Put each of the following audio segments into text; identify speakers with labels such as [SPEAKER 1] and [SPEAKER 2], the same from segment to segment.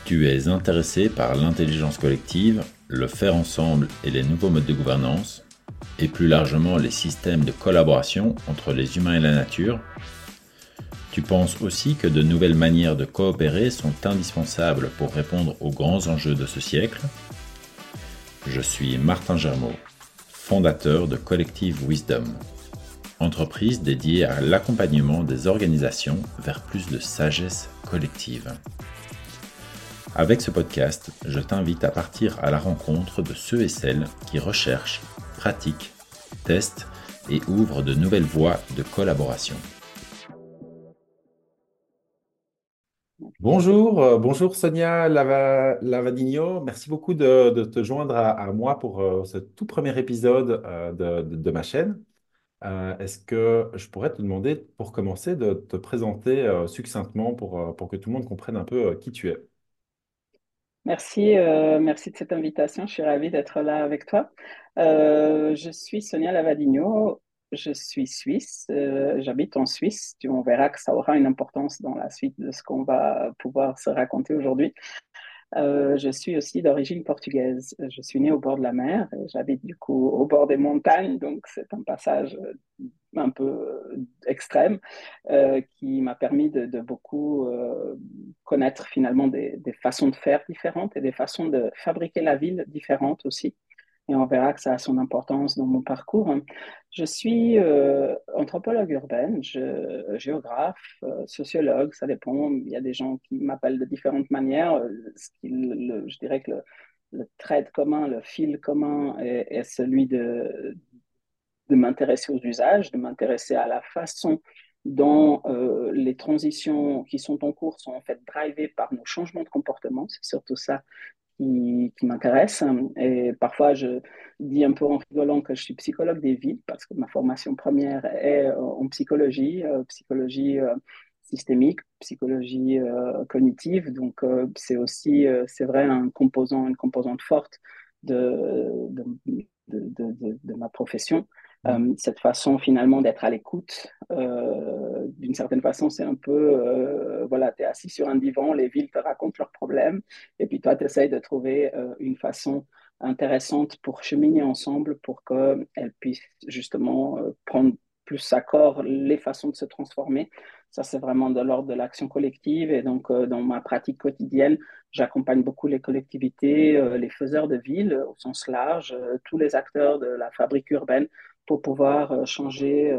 [SPEAKER 1] Tu es intéressé par l'intelligence collective, le faire ensemble et les nouveaux modes de gouvernance, et plus largement les systèmes de collaboration entre les humains et la nature. Tu penses aussi que de nouvelles manières de coopérer sont indispensables pour répondre aux grands enjeux de ce siècle. Je suis Martin Germaud, fondateur de Collective Wisdom, entreprise dédiée à l'accompagnement des organisations vers plus de sagesse collective. Avec ce podcast, je t'invite à partir à la rencontre de ceux et celles qui recherchent, pratiquent, testent et ouvrent de nouvelles voies de collaboration. Bonjour Sonia Lavadino. Merci beaucoup de te joindre à moi pour ce tout premier épisode de ma chaîne. Est-ce que je pourrais te demander, pour commencer, de te présenter succinctement pour que tout le monde comprenne un peu qui tu es?
[SPEAKER 2] Merci de cette invitation. Je suis ravie d'être là avec toi. Je suis Sonia Lavadino. Je suis suisse. J'habite en Suisse. On verra que ça aura une importance dans la suite de ce qu'on va pouvoir se raconter aujourd'hui. Je suis aussi d'origine portugaise. Je suis née au bord de la mer. J'habite du coup au bord des montagnes, donc c'est un passage un peu extrême qui m'a permis de beaucoup connaître finalement des façons de faire différentes et des façons de fabriquer la ville différentes aussi. Et on verra que ça a son importance dans mon parcours. Je suis anthropologue urbaine, géographe, sociologue, ça dépend. Il y a des gens qui m'appellent de différentes manières. Je dirais que le trait commun, le fil commun est celui de m'intéresser aux usages, de m'intéresser à la façon dont les transitions qui sont en cours sont en fait drivées par nos changements de comportement. C'est surtout ça qui m'intéresse. Et parfois, je dis un peu en rigolant que je suis psychologue des villes parce que ma formation première est en psychologie, psychologie systémique, psychologie cognitive. Donc, c'est aussi, c'est vrai, une composante forte de, de ma profession. Cette façon finalement d'être à l'écoute, d'une certaine façon, c'est un peu, voilà, tu es assis sur un divan, les villes te racontent leurs problèmes, et puis toi, tu essayes de trouver une façon intéressante pour cheminer ensemble pour qu'elles puissent justement prendre plus à corps les façons de se transformer. Ça, c'est vraiment de l'ordre de l'action collective. Et donc, dans ma pratique quotidienne, j'accompagne beaucoup les collectivités, les faiseurs de villes au sens large, tous les acteurs de la fabrique urbaine pour pouvoir changer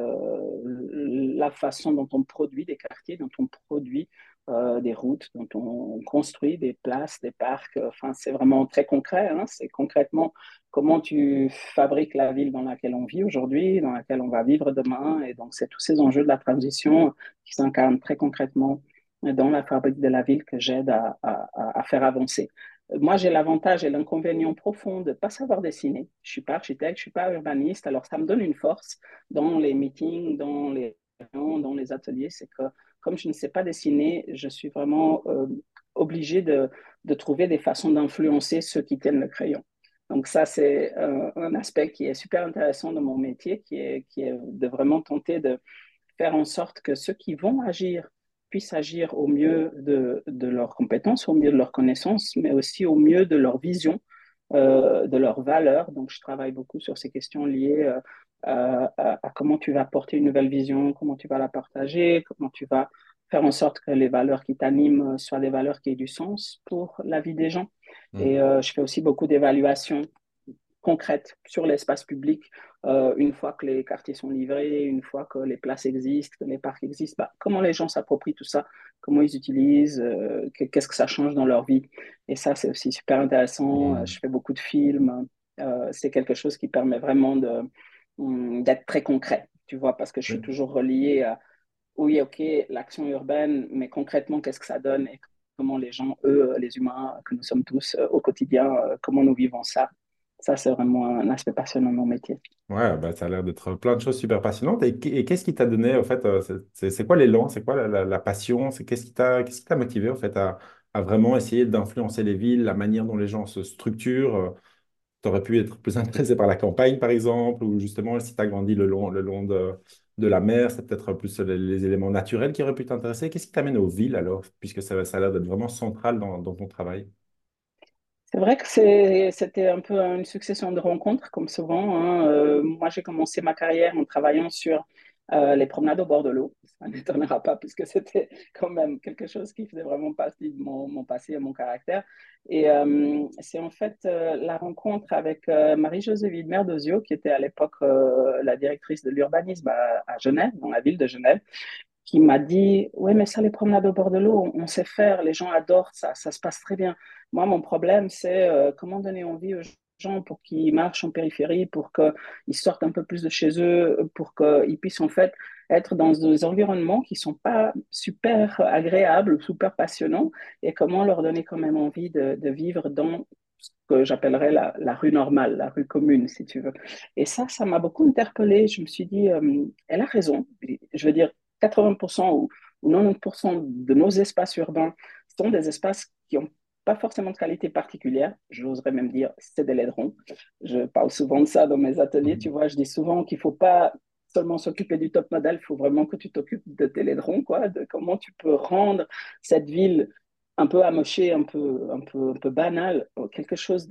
[SPEAKER 2] la façon dont on produit des quartiers, dont on produit des routes, dont on construit des places, des parcs. Enfin, c'est vraiment très concret. Hein. C'est concrètement comment tu fabriques la ville dans laquelle on vit aujourd'hui, dans laquelle on va vivre demain. Et donc, c'est tous ces enjeux de la transition qui s'incarnent très concrètement dans la fabrique de la ville que j'aide à faire avancer. Moi, j'ai l'avantage et l'inconvénient profond de ne pas savoir dessiner. Je ne suis pas architecte, je ne suis pas urbaniste, alors ça me donne une force dans les meetings, dans les ateliers, c'est que comme je ne sais pas dessiner, je suis vraiment obligé de trouver des façons d'influencer ceux qui tiennent le crayon. Donc ça, c'est un aspect qui est super intéressant de mon métier, qui est de vraiment tenter de faire en sorte que ceux qui vont agir puissent agir au mieux de leurs compétences, au mieux de leurs connaissances, mais aussi au mieux de leur vision, de leurs valeurs. Donc, je travaille beaucoup sur ces questions liées à comment tu vas porter une nouvelle vision, comment tu vas la partager, comment tu vas faire en sorte que les valeurs qui t'animent soient des valeurs qui aient du sens pour la vie des gens. Et
[SPEAKER 1] Mhm.
[SPEAKER 2] je fais aussi beaucoup d'évaluations concrètes sur l'espace public. Une fois que les quartiers sont livrés, une fois que les places existent, que les parcs existent, bah, comment les gens s'approprient tout ça, comment ils utilisent, qu'est-ce que ça change dans leur vie. Et ça, c'est aussi super intéressant. Je
[SPEAKER 1] Mhm.
[SPEAKER 2] fais beaucoup de films. C'est quelque chose qui permet vraiment d'être très concret, tu vois, parce que je suis
[SPEAKER 1] Oui.
[SPEAKER 2] toujours relié à, oui, ok, l'action urbaine, mais concrètement, qu'est-ce que ça donne et comment les gens, eux, les humains que nous sommes tous au quotidien, comment nous vivons ça. Ça, c'est vraiment un aspect passionnant de mon métier.
[SPEAKER 1] Ouais, bah, ça a l'air d'être plein de choses super passionnantes. Et qu'est-ce qui t'a donné, en fait, c'est quoi l'élan, c'est quoi la passion, qu'est-ce qui t'a motivé, en fait, à vraiment essayer d'influencer les villes, la manière dont les gens se structurent?
[SPEAKER 3] tu aurais pu être plus intéressé par la campagne, par exemple, ou justement, si tu as grandi le long de la mer, c'est peut-être plus les éléments naturels qui auraient pu t'intéresser. Qu'est-ce qui t'amène aux villes alors, puisque ça a l'air d'être vraiment central dans ton travail?
[SPEAKER 2] C'est vrai que c'était un peu une succession de rencontres, comme souvent, hein. Moi, j'ai commencé ma carrière en travaillant sur les promenades au bord de l'eau. Ça n'étonnera pas, puisque c'était quand même quelque chose qui faisait vraiment partie de mon passé et mon caractère. Et c'est en fait la rencontre avec Marie-Josée Widmer-Dozio, qui était à l'époque la directrice de l'urbanisme à Genève, dans la ville de Genève, qui m'a dit, ouais, mais ça, les promenades au bord de l'eau, on sait faire, les gens adorent ça, ça se passe très bien. Moi, mon problème, c'est comment donner envie aux gens pour qu'ils marchent en périphérie, pour qu'ils sortent un peu plus de chez eux, pour qu'ils puissent en fait être dans des environnements qui sont pas super agréables, super passionnants, et comment leur donner quand même envie de vivre dans ce que j'appellerais la rue normale, la rue commune, si tu veux. Et ça m'a beaucoup interpellée. Je me suis dit, elle a raison. Je veux dire, 80% ou 90% de nos espaces urbains sont des espaces qui n'ont pas forcément de qualité particulière. J'oserais même dire, c'est des laidrons. Je parle souvent de ça dans mes ateliers. Tu vois, je dis souvent qu'il ne faut pas seulement s'occuper du top modèle, il faut vraiment que tu t'occupes de tes laidrons, quoi, de comment tu peux rendre cette ville un peu amochée, un peu banale, quelque chose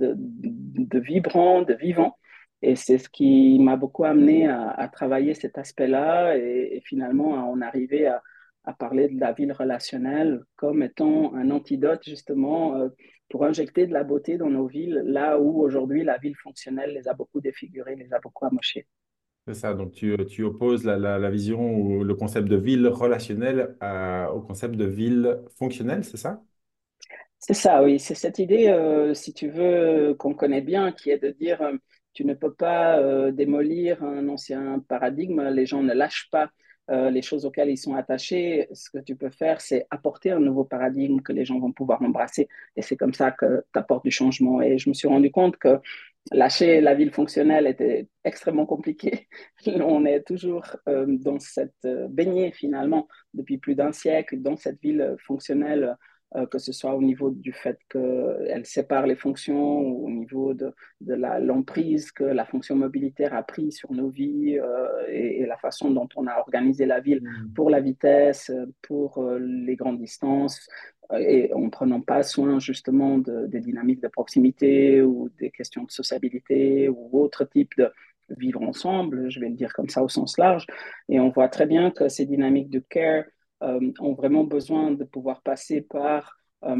[SPEAKER 2] de vibrant, de vivant. Et c'est ce qui m'a beaucoup amené à travailler cet aspect-là et finalement à en arriver à parler de la ville relationnelle comme étant un antidote justement pour injecter de la beauté dans nos villes, là où aujourd'hui la ville fonctionnelle les a beaucoup défigurées, les a beaucoup amochées.
[SPEAKER 3] C'est ça, donc tu opposes la vision ou le concept de ville relationnelle au concept de ville fonctionnelle, c'est ça?
[SPEAKER 2] C'est ça, oui, c'est cette idée, si tu veux, qu'on connaît bien, qui est de dire tu ne peux pas démolir un ancien paradigme, les gens ne lâchent pas les choses auxquelles ils sont attachés. Ce que tu peux faire, c'est apporter un nouveau paradigme que les gens vont pouvoir embrasser. Et c'est comme ça que tu apportes du changement. Et je me suis rendu compte que lâcher la ville fonctionnelle était extrêmement compliqué. On est toujours dans cette baignée finalement depuis plus d'un siècle, dans cette ville fonctionnelle que ce soit au niveau du fait qu'elle sépare les fonctions ou au niveau de l'emprise que la fonction mobilitaire a pris sur nos vies et la façon dont on a organisé la ville
[SPEAKER 3] Mm.
[SPEAKER 2] pour la vitesse, pour les grandes distances, et en prenant pas soin justement des dynamiques de proximité ou des questions de sociabilité ou autre type de vivre ensemble, je vais le dire comme ça au sens large. Et on voit très bien que ces dynamiques de care ont vraiment besoin de pouvoir passer par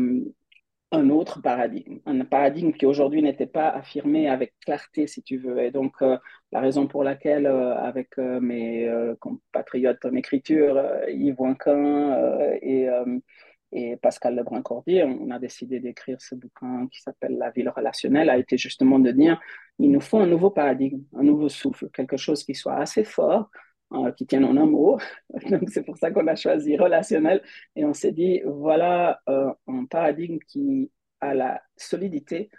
[SPEAKER 2] un autre paradigme, un paradigme qui aujourd'hui n'était pas affirmé avec clarté, si tu veux. Et donc, la raison pour laquelle, avec mes compatriotes en écriture, Yves Wanquin et Pascal Lebrun-Cordier, on a décidé d'écrire ce bouquin qui s'appelle La ville relationnelle, a été justement de dire, il nous faut un nouveau paradigme, un nouveau souffle, quelque chose qui soit assez fort, qui tienne en un mot. Donc, c'est pour ça qu'on a choisi relationnel et on s'est dit, voilà un paradigme qui a la solidité,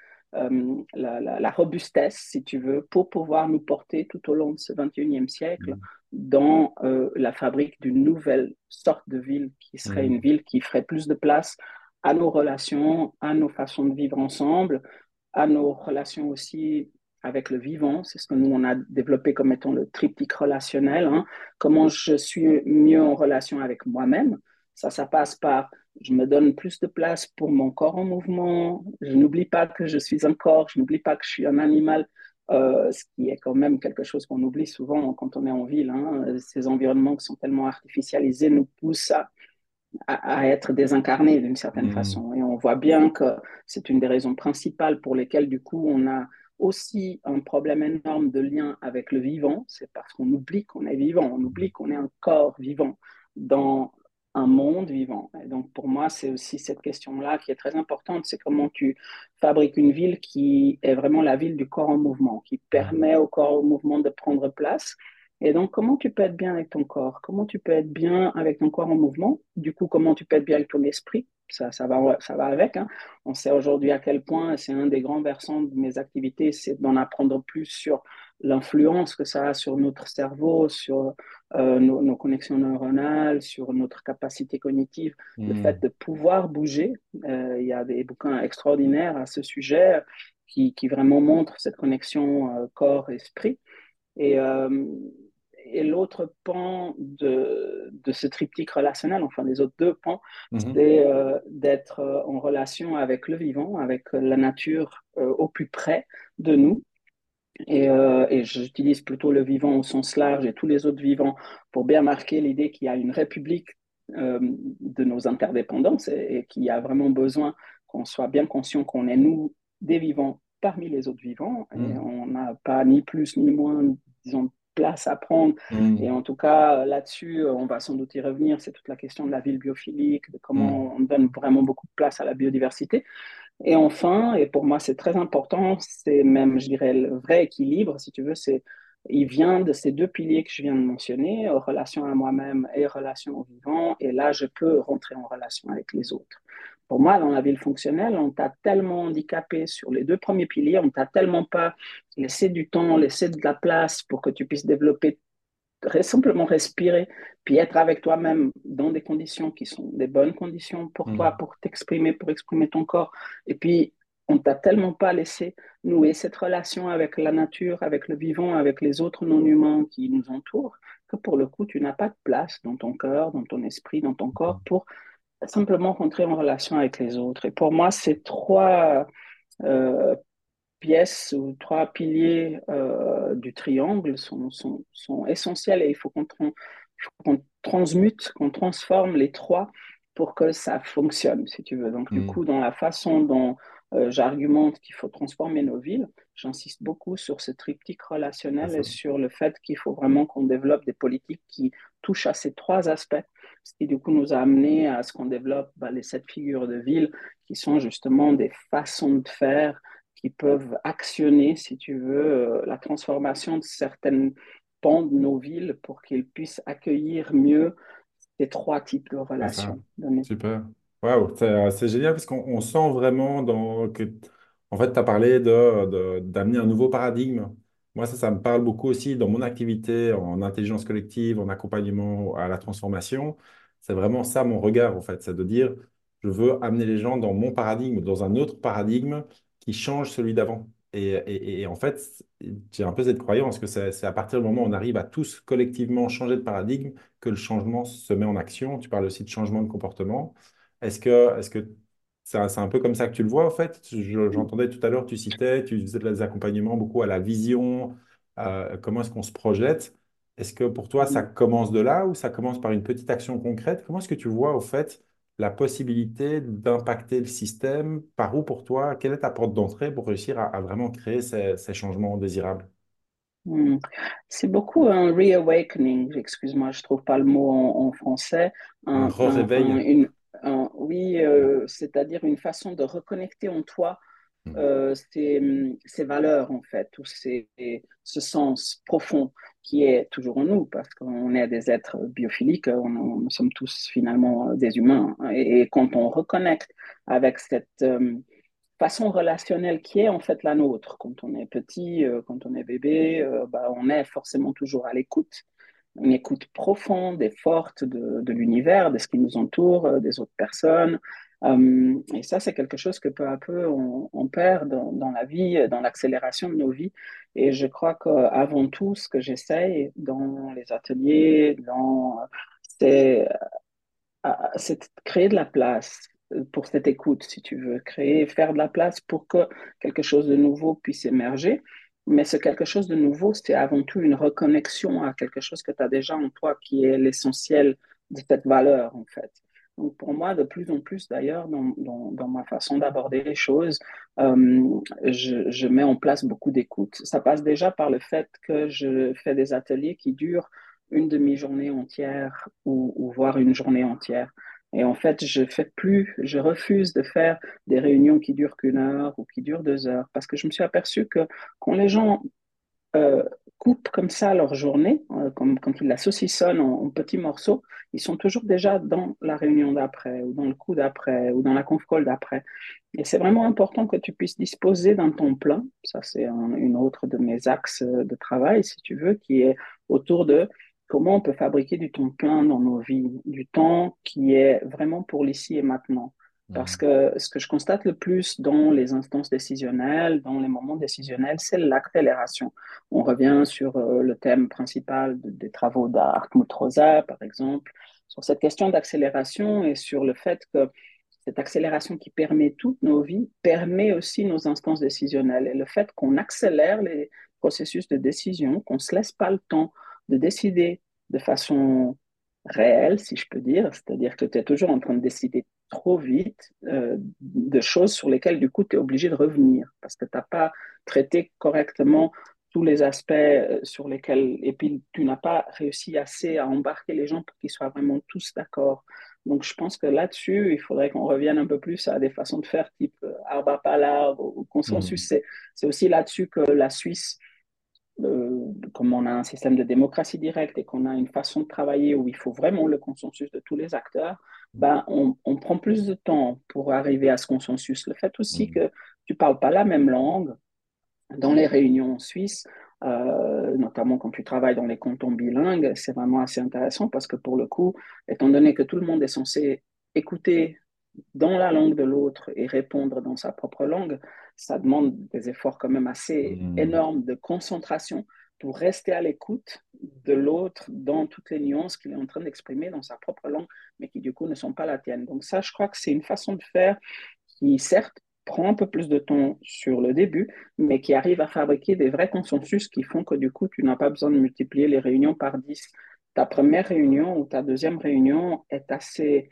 [SPEAKER 2] la robustesse, si tu veux, pour pouvoir nous porter tout au long de ce 21e siècle dans la fabrique d'une nouvelle sorte de ville qui serait une
[SPEAKER 3] Mm.
[SPEAKER 2] ville qui ferait plus de place à nos relations, à nos façons de vivre ensemble, à nos relations aussi avec le vivant. C'est ce que nous, on a développé comme étant le triptyque relationnel. Hein. Comment je suis mieux en relation avec moi-même. Ça passe par je me donne plus de place pour mon corps en mouvement. Je n'oublie pas que je suis un corps. Je n'oublie pas que je suis un animal. Ce qui est quand même quelque chose qu'on oublie souvent quand on est en ville. Hein. Ces environnements qui sont tellement artificialisés nous poussent à être désincarné d'une certaine
[SPEAKER 3] Mm.
[SPEAKER 2] façon. Et on voit bien que c'est une des raisons principales pour lesquelles, du coup, on a aussi un problème énorme de lien avec le vivant. C'est parce qu'on oublie qu'on est vivant, on oublie qu'on est un corps vivant dans un monde vivant. Et donc, pour moi, c'est aussi cette question-là qui est très importante. C'est comment tu fabriques une ville qui est vraiment la ville du corps en mouvement, qui
[SPEAKER 3] Mm.
[SPEAKER 2] permet au corps en mouvement de prendre place et donc, comment tu peux être bien avec ton corps? Comment tu peux être bien avec ton corps en mouvement? Du coup, comment tu peux être bien avec ton esprit? Ça va avec. Hein. On sait aujourd'hui à quel point, c'est un des grands versants de mes activités, c'est d'en apprendre plus sur l'influence que ça a sur notre cerveau, sur nos connexions neuronales, sur notre capacité cognitive, le fait
[SPEAKER 3] Mm.
[SPEAKER 2] de pouvoir bouger. Il y a des bouquins extraordinaires à ce sujet qui vraiment montre cette connexion corps-esprit. Et, euh, et l'autre pan de ce triptyque relationnel, enfin les autres deux pans,
[SPEAKER 3] Mhm.
[SPEAKER 2] c'est d'être en relation avec le vivant, avec la nature au plus près de nous. Et j'utilise plutôt le vivant au sens large et tous les autres vivants pour bien marquer l'idée qu'il y a une république de nos interdépendances et qu'il y a vraiment besoin qu'on soit bien conscient qu'on est nous des vivants parmi les autres vivants et
[SPEAKER 3] Mhm.
[SPEAKER 2] on n'a pas ni plus ni moins, disons, de place à prendre. Et
[SPEAKER 3] Mhm.
[SPEAKER 2] en tout cas, là-dessus, on va sans doute y revenir. C'est toute la question de la ville biophilique, de
[SPEAKER 3] Mhm.
[SPEAKER 2] comment on donne vraiment beaucoup de place à la biodiversité. Et enfin, et pour moi c'est très important, c'est même, je dirais, le vrai équilibre, si tu veux, il vient de ces deux piliers que je viens de mentionner, relation à moi-même et relation au vivant, et là je peux rentrer en relation avec les autres. Pour moi, dans la ville fonctionnelle, on t'a tellement handicapé sur les deux premiers piliers, on t'a tellement pas laissé du temps, laissé de la place pour que tu puisses développer simplement respirer, puis être avec toi-même dans des conditions qui sont des bonnes conditions pour toi,
[SPEAKER 3] Mhm.
[SPEAKER 2] pour t'exprimer, pour exprimer ton corps. Et puis, on t'a tellement pas laissé nouer cette relation avec la nature, avec le vivant, avec les autres non-humains qui nous entourent, que pour le coup, tu n'as pas de place dans ton cœur, dans ton esprit, dans ton corps pour simplement rentrer en relation avec les autres. Et pour moi, ces trois euh, pièces ou trois piliers du triangle sont essentiels et il faut qu'on transmute, qu'on transforme les trois pour que ça fonctionne, si tu veux. Donc, du coup,
[SPEAKER 3] Mhm.
[SPEAKER 2] dans la façon dont j'argumente qu'il faut transformer nos villes, j'insiste beaucoup sur ce triptyque
[SPEAKER 3] C'est
[SPEAKER 2] relationnel et
[SPEAKER 3] ça.
[SPEAKER 2] sur le fait qu'il faut vraiment qu'on développe des politiques qui touchent à ces trois aspects, ce qui du coup nous a amené à ce qu'on développe les sept figures de ville qui sont justement des façons de faire qui peuvent actionner, si tu veux, la transformation de certaines pans de nos villes pour qu'ils puissent accueillir mieux ces trois types de
[SPEAKER 3] C'est ça.
[SPEAKER 2] relations données.
[SPEAKER 3] Super. Waouh, c'est génial parce qu'on sent vraiment que, en fait, tu as parlé d'amener un nouveau paradigme. Moi, ça me parle beaucoup aussi dans mon activité en intelligence collective, en accompagnement à la transformation. C'est vraiment ça mon regard, en fait. C'est de dire, je veux amener les gens dans mon paradigme, dans un autre paradigme qui change celui d'avant. Et en fait, j'ai un peu cette croyance que c'est à partir du moment où on arrive à tous collectivement changer de paradigme que le changement se met en action. Tu parles aussi de changement de comportement. Est-ce que c'est un peu comme ça que tu le vois, en fait? J'entendais tout à l'heure, tu faisais des accompagnements beaucoup à la vision, comment est-ce qu'on se projette. Est-ce que pour toi, ça commence de là ou ça commence par une petite action concrète? Comment est-ce que tu vois, au fait, la possibilité d'impacter le système? Par où pour toi? Quelle est ta porte d'entrée pour réussir à vraiment créer ces changements désirables?
[SPEAKER 2] Hmm. C'est beaucoup un reawakening, excuse-moi, je trouve pas le mot en français,
[SPEAKER 3] Un re-réveil?
[SPEAKER 2] oui, c'est-à-dire une façon de reconnecter en toi
[SPEAKER 3] Hmm.
[SPEAKER 2] ces valeurs, en fait, ou ce sens profond qui est toujours en nous, parce qu'on est des êtres biophiliques, nous sommes tous finalement des humains. Et quand on reconnecte avec cette façon relationnelle qui est en fait la nôtre, quand on est petit, quand on est bébé, on est forcément toujours à l'écoute, une écoute profonde et forte de l'univers, de ce qui nous entoure, des autres personnes. Et ça, c'est quelque chose que peu à peu, on perd dans la vie, dans l'accélération de nos vies. Et je crois qu'avant tout, ce que j'essaye dans les ateliers, c'est c'est de créer de la place pour cette écoute, si tu veux, faire de la place pour que quelque chose de nouveau puisse émerger. Mais ce quelque chose de nouveau, c'est avant tout une reconnexion à quelque chose que tu as déjà en toi, qui est l'essentiel de cette valeur, en fait. Donc pour moi, de plus en plus d'ailleurs, dans ma façon d'aborder les choses, je mets en place beaucoup d'écoute. Ça passe déjà par le fait que je fais des ateliers qui durent une demi-journée entière ou voire une journée entière. Et en fait, je refuse de faire des réunions qui durent qu'une heure ou qui durent 2 heures parce que je me suis aperçu que quand les gens euh, coupent comme ça leur journée, comme quand ils la saucissonnent en petits morceaux, ils sont toujours déjà dans la réunion d'après, ou dans le coup d'après, ou dans la conf call d'après. Et c'est vraiment important que tu puisses disposer d'un temps plein. Ça, c'est une autre de mes axes de travail, si tu veux, qui est autour de comment on peut fabriquer du temps plein dans nos vies, du temps qui est vraiment pour l'ici et maintenant. Parce
[SPEAKER 1] Mhm.
[SPEAKER 2] que ce que je constate le plus dans les instances décisionnelles, dans les moments décisionnels, c'est l'accélération. On revient sur le thème principal des travaux d'Hartmut Rosa, par exemple, sur cette question d'accélération et sur le fait que cette accélération qui permet toutes nos vies permet aussi nos instances décisionnelles. Et le fait qu'on accélère les processus de décision, qu'on ne se laisse pas le temps de décider de façon réelle, si je peux dire, c'est-à-dire que tu es toujours en train de décider trop vite de choses sur lesquelles, du coup, tu es obligé de revenir parce que tu n'as pas traité correctement tous les aspects sur lesquels, et puis tu n'as pas réussi assez à embarquer les gens pour qu'ils soient vraiment tous d'accord. Donc, je pense que là-dessus, il faudrait qu'on revienne un peu plus à des façons de faire type arbre à palabre ou consensus.
[SPEAKER 1] Mhm.
[SPEAKER 2] C'est aussi là-dessus que la Suisse, comme on a un système de démocratie directe et qu'on a une façon de travailler où il faut vraiment le consensus de tous les acteurs, ben, on prend plus de temps pour arriver à ce consensus. Le fait aussi
[SPEAKER 1] Mhm.
[SPEAKER 2] que tu ne parles pas la même langue dans les réunions suisses, notamment quand tu travailles dans les cantons bilingues, c'est vraiment assez intéressant parce que pour le coup, étant donné que tout le monde est censé écouter dans la langue de l'autre et répondre dans sa propre langue, ça demande des efforts quand même assez
[SPEAKER 1] Mhm.
[SPEAKER 2] énormes de concentration pour rester à l'écoute de l'autre dans toutes les nuances qu'il est en train d'exprimer dans sa propre langue, mais qui du coup ne sont pas la tienne. Donc ça, je crois que c'est une façon de faire qui, certes, prend un peu plus de temps sur le début, mais qui arrive à fabriquer des vrais consensus qui font que du coup, tu n'as pas besoin de multiplier les réunions par 10. Ta première réunion ou ta deuxième réunion est assez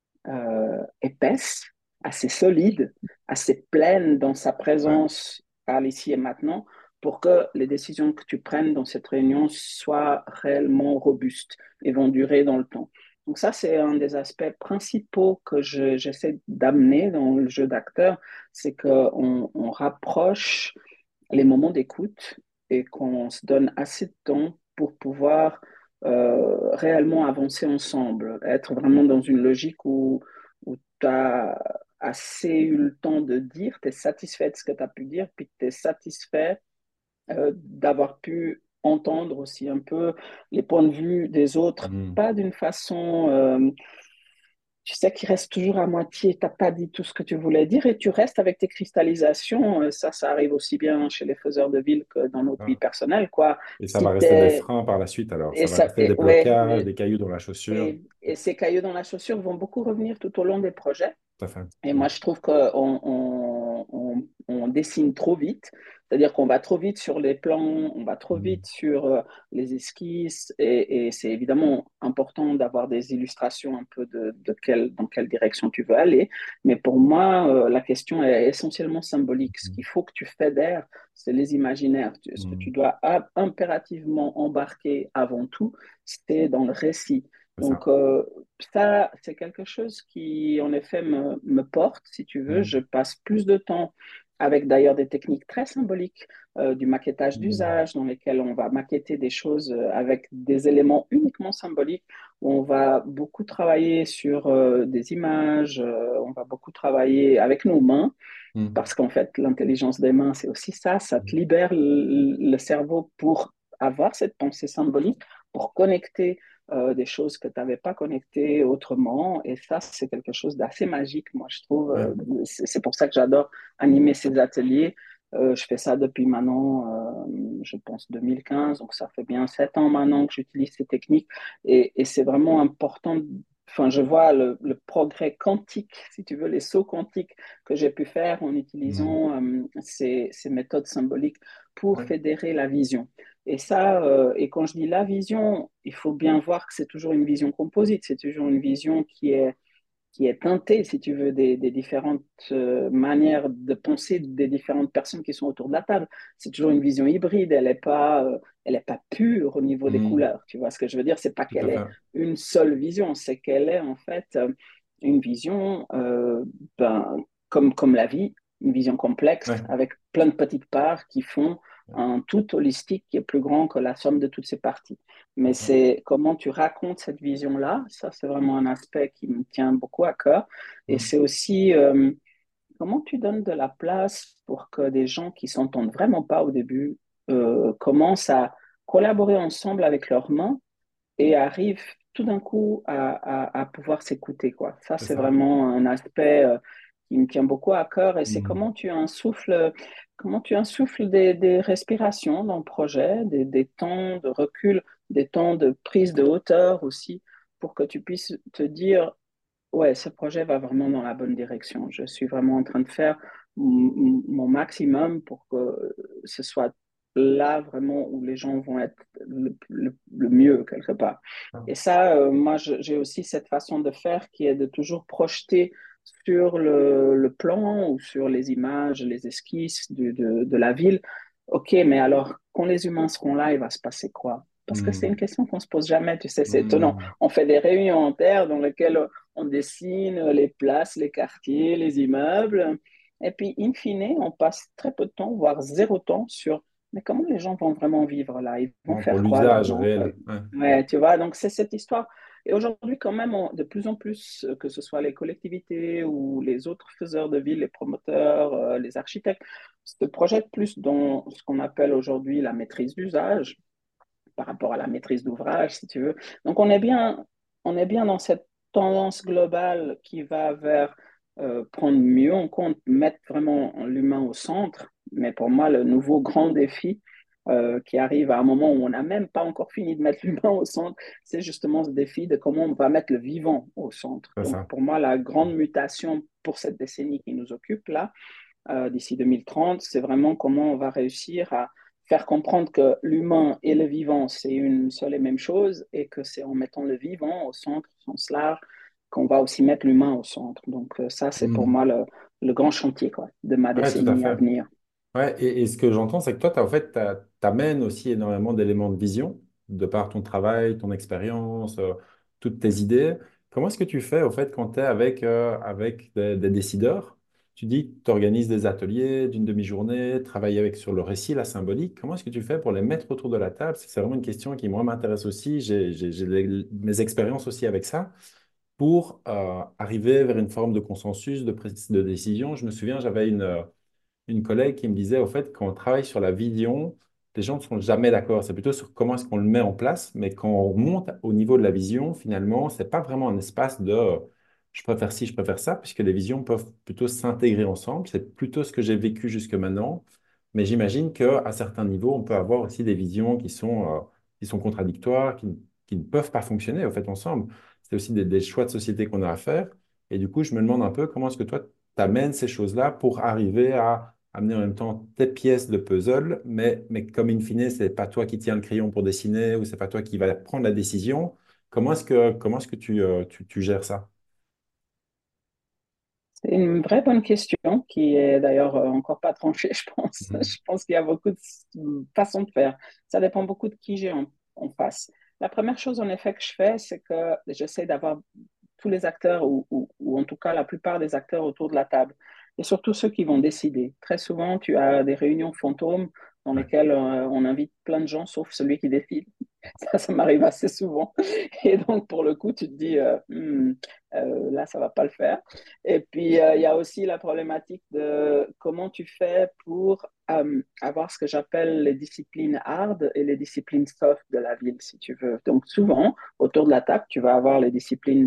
[SPEAKER 2] épaisse, assez solide, assez pleine dans sa
[SPEAKER 3] Ouais.
[SPEAKER 2] présence à l'ici et maintenant pour que les décisions que tu prennes dans cette réunion soient réellement robustes et vont durer dans le temps. Donc ça, c'est un des aspects principaux que j'essaie d'amener dans le jeu d'acteur, c'est qu'on rapproche les moments d'écoute et qu'on se donne assez de temps pour pouvoir réellement avancer ensemble, être vraiment dans une logique où tu as assez eu le temps de dire, tu es satisfait de ce que tu as pu dire, puis tu es satisfait d'avoir pu entendre aussi un peu les points de vue des autres,
[SPEAKER 1] Mhm.
[SPEAKER 2] pas d'une façon tu sais qu'il reste toujours à moitié, t'as pas dit tout ce que tu voulais dire et tu restes avec tes cristallisations. Ça arrive aussi bien chez les faiseurs de ville que dans notre vie
[SPEAKER 3] Ah.
[SPEAKER 2] personnelle, quoi.
[SPEAKER 3] Et ça va
[SPEAKER 2] Si
[SPEAKER 3] rester des
[SPEAKER 2] t'es,
[SPEAKER 3] freins par la suite alors.
[SPEAKER 2] et
[SPEAKER 3] Ça va
[SPEAKER 2] ça,
[SPEAKER 3] rester des
[SPEAKER 2] ouais,
[SPEAKER 3] blocages, des cailloux dans la chaussure.
[SPEAKER 2] et ces cailloux dans la chaussure vont beaucoup revenir tout au long des projets.
[SPEAKER 3] Tout à fait.
[SPEAKER 2] Et
[SPEAKER 3] Mm.
[SPEAKER 2] moi, je trouve qu'on dessine trop vite. C'est-à-dire qu'on va trop vite sur les plans, on va trop
[SPEAKER 3] Mm.
[SPEAKER 2] vite sur les esquisses. Et c'est évidemment important d'avoir des illustrations un peu dans quelle direction tu veux aller. Mais pour moi, la question est essentiellement symbolique. Ce qu'il faut que tu fédères, c'est les imaginaires. Ce que tu
[SPEAKER 3] Mm.
[SPEAKER 2] dois impérativement embarquer avant tout, c'est dans le récit.
[SPEAKER 3] C'est ça.
[SPEAKER 2] Donc, ça, c'est quelque chose qui, en effet, me porte, si tu veux.
[SPEAKER 3] Mm.
[SPEAKER 2] Je passe plus de temps avec d'ailleurs des techniques très symboliques, du maquettage
[SPEAKER 3] Mm.
[SPEAKER 2] d'usage, dans lesquelles on va maqueter des choses avec des éléments uniquement symboliques, où on va beaucoup travailler sur des images, on va beaucoup travailler avec nos mains,
[SPEAKER 3] Mm.
[SPEAKER 2] parce qu'en fait, l'intelligence des mains, c'est aussi ça, ça te libère le cerveau pour avoir cette pensée symbolique, pour connecter des choses que tu n'avais pas connectées autrement. Et ça, c'est quelque chose d'assez magique, moi, je trouve.
[SPEAKER 3] Ouais.
[SPEAKER 2] C'est pour ça que j'adore animer ces ateliers. Je fais ça depuis maintenant, je pense, 2015. Donc, ça fait bien 7 ans maintenant que j'utilise ces techniques. Et c'est vraiment important. Enfin, je vois le progrès quantique, si tu veux, les sauts quantiques que j'ai pu faire en
[SPEAKER 3] Mm.
[SPEAKER 2] utilisant ces méthodes symboliques pour
[SPEAKER 3] Ouais.
[SPEAKER 2] fédérer la vision. Et ça, et quand je dis la vision, il faut bien voir que c'est toujours une vision composite, c'est toujours une vision qui est teintée, si tu veux, des différentes manières de penser des différentes personnes qui sont autour de la table. C'est toujours une vision hybride, elle est pas pure au niveau des
[SPEAKER 3] Mm.
[SPEAKER 2] couleurs. Tu vois ce que je veux dire? C'est pas
[SPEAKER 3] Tout
[SPEAKER 2] qu'elle
[SPEAKER 3] à
[SPEAKER 2] est
[SPEAKER 3] fait.
[SPEAKER 2] une seule vision, c'est qu'elle est en fait une vision ben, comme la vie, une vision complexe
[SPEAKER 3] Ouais.
[SPEAKER 2] avec plein de petites parts qui font un tout holistique qui est plus grand que la somme de toutes ces parties. Mais
[SPEAKER 3] C'est ça.
[SPEAKER 2] c'est comment tu racontes cette vision-là, ça c'est vraiment un aspect qui me tient beaucoup à cœur. Et
[SPEAKER 3] Mm.
[SPEAKER 2] c'est aussi comment tu donnes de la place pour que des gens qui s'entendent vraiment pas au début commencent à collaborer ensemble avec leurs mains et arrivent tout d'un coup à pouvoir s'écouter, quoi. Ça,
[SPEAKER 3] C'est
[SPEAKER 2] c'est
[SPEAKER 3] ça.
[SPEAKER 2] vraiment un aspect. qui me tient beaucoup à cœur et c'est
[SPEAKER 3] Mhm.
[SPEAKER 2] comment tu insuffles des respirations dans le projet, des temps de recul, des temps de prise de hauteur aussi, pour que tu puisses te dire, ouais, ce projet va vraiment dans la bonne direction. Je suis vraiment en train de faire mon maximum pour que ce soit là vraiment où les gens vont être le mieux quelque part. Et ça, moi, j'ai aussi cette façon de faire qui est de toujours projeter sur le plan ou sur les images, les esquisses de la ville. OK, mais alors, quand les humains seront là, il va se passer quoi? Parce que c'est une
[SPEAKER 3] Mhm.
[SPEAKER 2] question qu'on se pose jamais, tu sais, c'est étonnant.
[SPEAKER 3] Mhm.
[SPEAKER 2] On fait des réunions en terre dans lesquelles on dessine les places, les quartiers, les immeubles. Et puis, in fine, on passe très peu de temps, voire zéro temps sur mais comment les gens vont vraiment vivre là? Ils vont
[SPEAKER 3] Bon, pour
[SPEAKER 2] faire quoi
[SPEAKER 3] l'usage
[SPEAKER 2] là-dedans?
[SPEAKER 3] réel. Ouais.
[SPEAKER 2] Ouais, tu vois, donc c'est cette histoire. Et aujourd'hui, quand même, de plus en plus, que ce soit les collectivités ou les autres faiseurs de ville, les promoteurs, les architectes, se projettent plus dans ce qu'on appelle aujourd'hui la maîtrise d'usage par rapport à la maîtrise d'ouvrage, si tu veux. Donc, on est bien dans cette tendance globale qui va vers prendre mieux en compte, mettre vraiment l'humain au centre. Mais pour moi, le nouveau grand défi qui arrive à un moment où on n'a même pas encore fini de mettre l'humain au centre, c'est justement ce défi de comment on va mettre le vivant au centre.
[SPEAKER 3] C'est
[SPEAKER 2] Donc,
[SPEAKER 3] ça.
[SPEAKER 2] pour moi, la grande mutation pour cette décennie qui nous occupe là, d'ici 2030, c'est vraiment comment on va réussir à faire comprendre que l'humain et le vivant, c'est une seule et même chose et que c'est en mettant le vivant au centre, au sens large, qu'on va aussi mettre l'humain au centre. Donc ça, c'est pour
[SPEAKER 3] Mhm.
[SPEAKER 2] moi le grand chantier quoi, de ma
[SPEAKER 3] Ouais, tout à
[SPEAKER 2] décennie à
[SPEAKER 3] fait.
[SPEAKER 2] venir.
[SPEAKER 3] Ouais, et ce que j'entends, c'est que toi, en fait, t'amènes aussi énormément d'éléments de vision, de par ton travail, ton expérience, toutes tes idées. Comment est-ce que tu fais, au fait, quand tu es avec des décideurs? Tu dis que tu organises des ateliers d'une demi-journée, travailler avec sur le récit, la symbolique. Comment est-ce que tu fais pour les mettre autour de la table? C'est vraiment une question qui, moi, m'intéresse aussi. J'ai mes expériences aussi avec ça. Pour arriver vers une forme de consensus, de décision. Je me souviens, j'avais une collègue qui me disait, au fait, quand on travaille sur la vision, les gens ne sont jamais d'accord. C'est plutôt sur comment est-ce qu'on le met en place, mais quand on monte au niveau de la vision, finalement, c'est pas vraiment un espace de je préfère ci, je préfère ça, puisque les visions peuvent plutôt s'intégrer ensemble. C'est plutôt ce que j'ai vécu jusque maintenant. Mais j'imagine qu'à certains niveaux, on peut avoir aussi des visions qui sont contradictoires, qui ne peuvent pas fonctionner, au fait, ensemble. C'est aussi des choix de société qu'on a à faire. Et du coup, je me demande un peu comment est-ce que toi, tu amènes ces choses-là pour arriver à amener en même temps tes pièces de puzzle, mais comme in fine, c'est pas toi qui tiens le crayon pour dessiner ou c'est pas toi qui va prendre la décision. Comment est-ce que tu gères ça?
[SPEAKER 2] C'est une vraie bonne question qui est d'ailleurs encore pas tranchée, je pense.
[SPEAKER 3] Mhm.
[SPEAKER 2] Je pense qu'il y a beaucoup de façons de faire. Ça dépend beaucoup de qui j'ai en face. La première chose, en effet, que je fais, c'est que j'essaie d'avoir tous les acteurs, ou en tout cas la plupart des acteurs autour de la table, et surtout ceux qui vont décider. Très souvent, tu as des réunions fantômes dans
[SPEAKER 3] Ouais.
[SPEAKER 2] lesquelles on invite plein de gens, sauf celui qui décide. Ça m'arrive assez souvent. Et donc, pour le coup, tu te dis, là, ça va pas le faire. Et puis, il y a aussi la problématique de comment tu fais pour avoir ce que j'appelle les disciplines hard et les disciplines soft de la ville, si tu veux. Donc, souvent, autour de la table, tu vas avoir les disciplines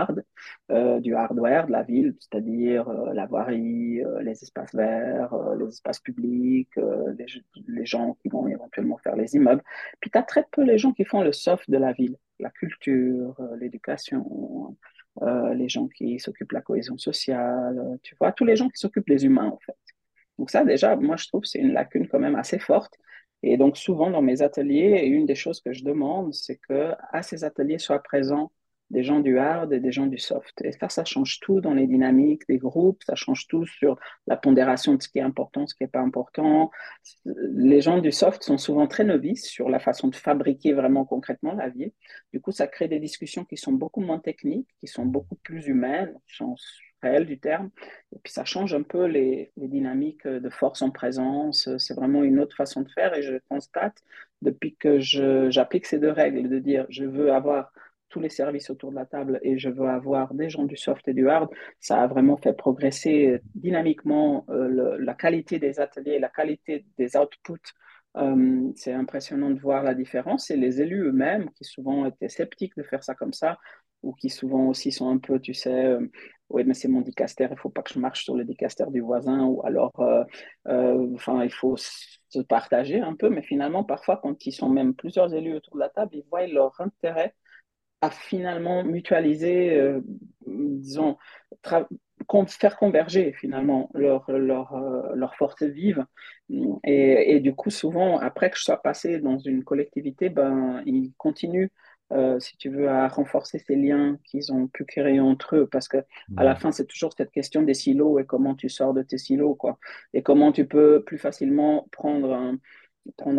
[SPEAKER 2] du hardware de la ville, c'est-à-dire la voirie, les espaces verts, les espaces publics, les gens qui vont éventuellement faire les immeubles. Puis tu as très peu les gens qui font le soft de la ville, la culture, l'éducation, les gens qui s'occupent de la cohésion sociale, tu vois, tous les gens qui s'occupent des humains, en fait. Donc ça, déjà, moi, je trouve que c'est une lacune quand même assez forte. Et donc, souvent, dans mes ateliers, une des choses que je demande, c'est que à ces ateliers soient présents des gens du hard et des gens du soft. Et ça change tout dans les dynamiques des groupes, ça change tout sur la pondération de ce qui est important, ce qui n'est pas important. Les gens du soft sont souvent très novices sur la façon de fabriquer vraiment concrètement la vie. Du coup, ça crée des discussions qui sont beaucoup moins techniques, qui sont beaucoup plus humaines, au sens réel du terme. Et puis ça change un peu les dynamiques de force en présence. C'est vraiment une autre façon de faire et je constate depuis que j'applique ces deux règles, de dire je veux avoir tous les services autour de la table et je veux avoir des gens du soft et du hard, ça a vraiment fait progresser dynamiquement la qualité des ateliers, la qualité des outputs. C'est impressionnant de voir la différence et les élus eux-mêmes qui souvent étaient sceptiques de faire ça comme ça ou qui souvent aussi sont un peu, tu sais, oui, mais c'est mon dicaster, il ne faut pas que je marche sur le dicaster du voisin, ou alors, enfin, il faut se partager un peu, mais finalement, parfois, quand ils sont même plusieurs élus autour de la table, ils voient leur intérêt à finalement mutualiser, disons, faire converger finalement leurs forces vives. Et du coup, souvent, après que je sois passé dans une collectivité, ben, ils continuent, si tu veux, à renforcer ces liens qu'ils ont pu créer entre eux. Parce que à la
[SPEAKER 3] Mhm.
[SPEAKER 2] fin, c'est toujours cette question des silos et comment tu sors de tes silos, quoi. Et comment tu peux plus facilement prendre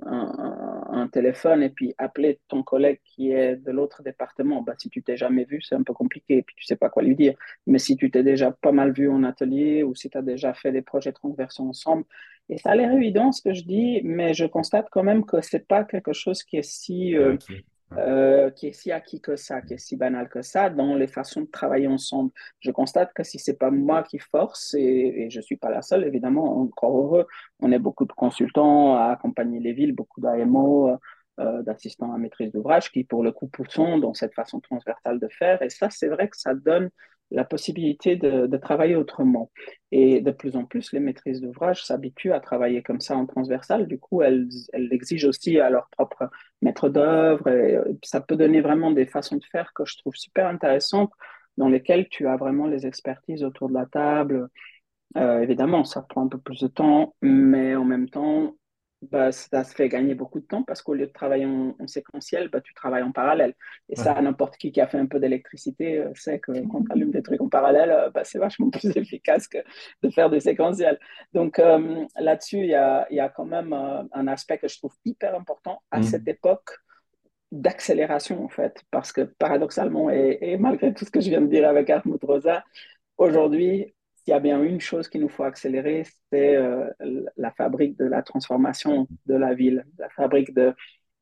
[SPEAKER 2] un téléphone et puis appeler ton collègue qui est de l'autre département. Bah, si tu t'es jamais vu, c'est un peu compliqué et puis tu sais pas quoi lui dire. Mais si tu t'es déjà pas mal vu en atelier ou si tu as déjà fait des projets transversaux ensemble, et ça a l'air évident ce que je dis, mais je constate quand même que c'est pas quelque chose
[SPEAKER 3] C'est acquis. Ouais.
[SPEAKER 2] qui est si acquis que ça, qui est si banal que ça dans les façons de travailler ensemble. Je constate que si c'est pas moi qui force, et je suis pas la seule, évidemment, encore heureux, on est beaucoup de consultants à accompagner les villes, beaucoup d'AMO, d'assistants à maîtrise d'ouvrage qui, pour le coup, poussent dans cette façon transversale de faire. Et ça, c'est vrai que ça donne la possibilité de travailler autrement. Et de plus en plus, les maîtrises d'ouvrage s'habituent à travailler comme ça en transversal. Du coup, elles exigent aussi à leur propre maître d'œuvre. Et ça peut donner vraiment des façons de faire que je trouve super intéressantes, dans lesquelles tu as vraiment les expertises autour de la table. Évidemment, ça prend un peu plus de temps, mais en même temps, bah, ça se fait gagner beaucoup de temps parce qu'au lieu de travailler en séquentiel, bah, tu travailles en parallèle. Et
[SPEAKER 3] Ouais.
[SPEAKER 2] ça, n'importe qui a fait un peu d'électricité sait que quand tu allumes des trucs en parallèle, bah, c'est vachement plus efficace que de faire du séquentiel. Donc là-dessus, il y a quand même un aspect que je trouve hyper important à cette
[SPEAKER 3] Mhm.
[SPEAKER 2] époque d'accélération, en fait, parce que paradoxalement, et malgré tout ce que je viens de dire avec Hartmut Rosa, aujourd'hui, s'il y a bien une chose qu'il nous faut accélérer, c'est la fabrique de la transformation de la ville, la fabrique de...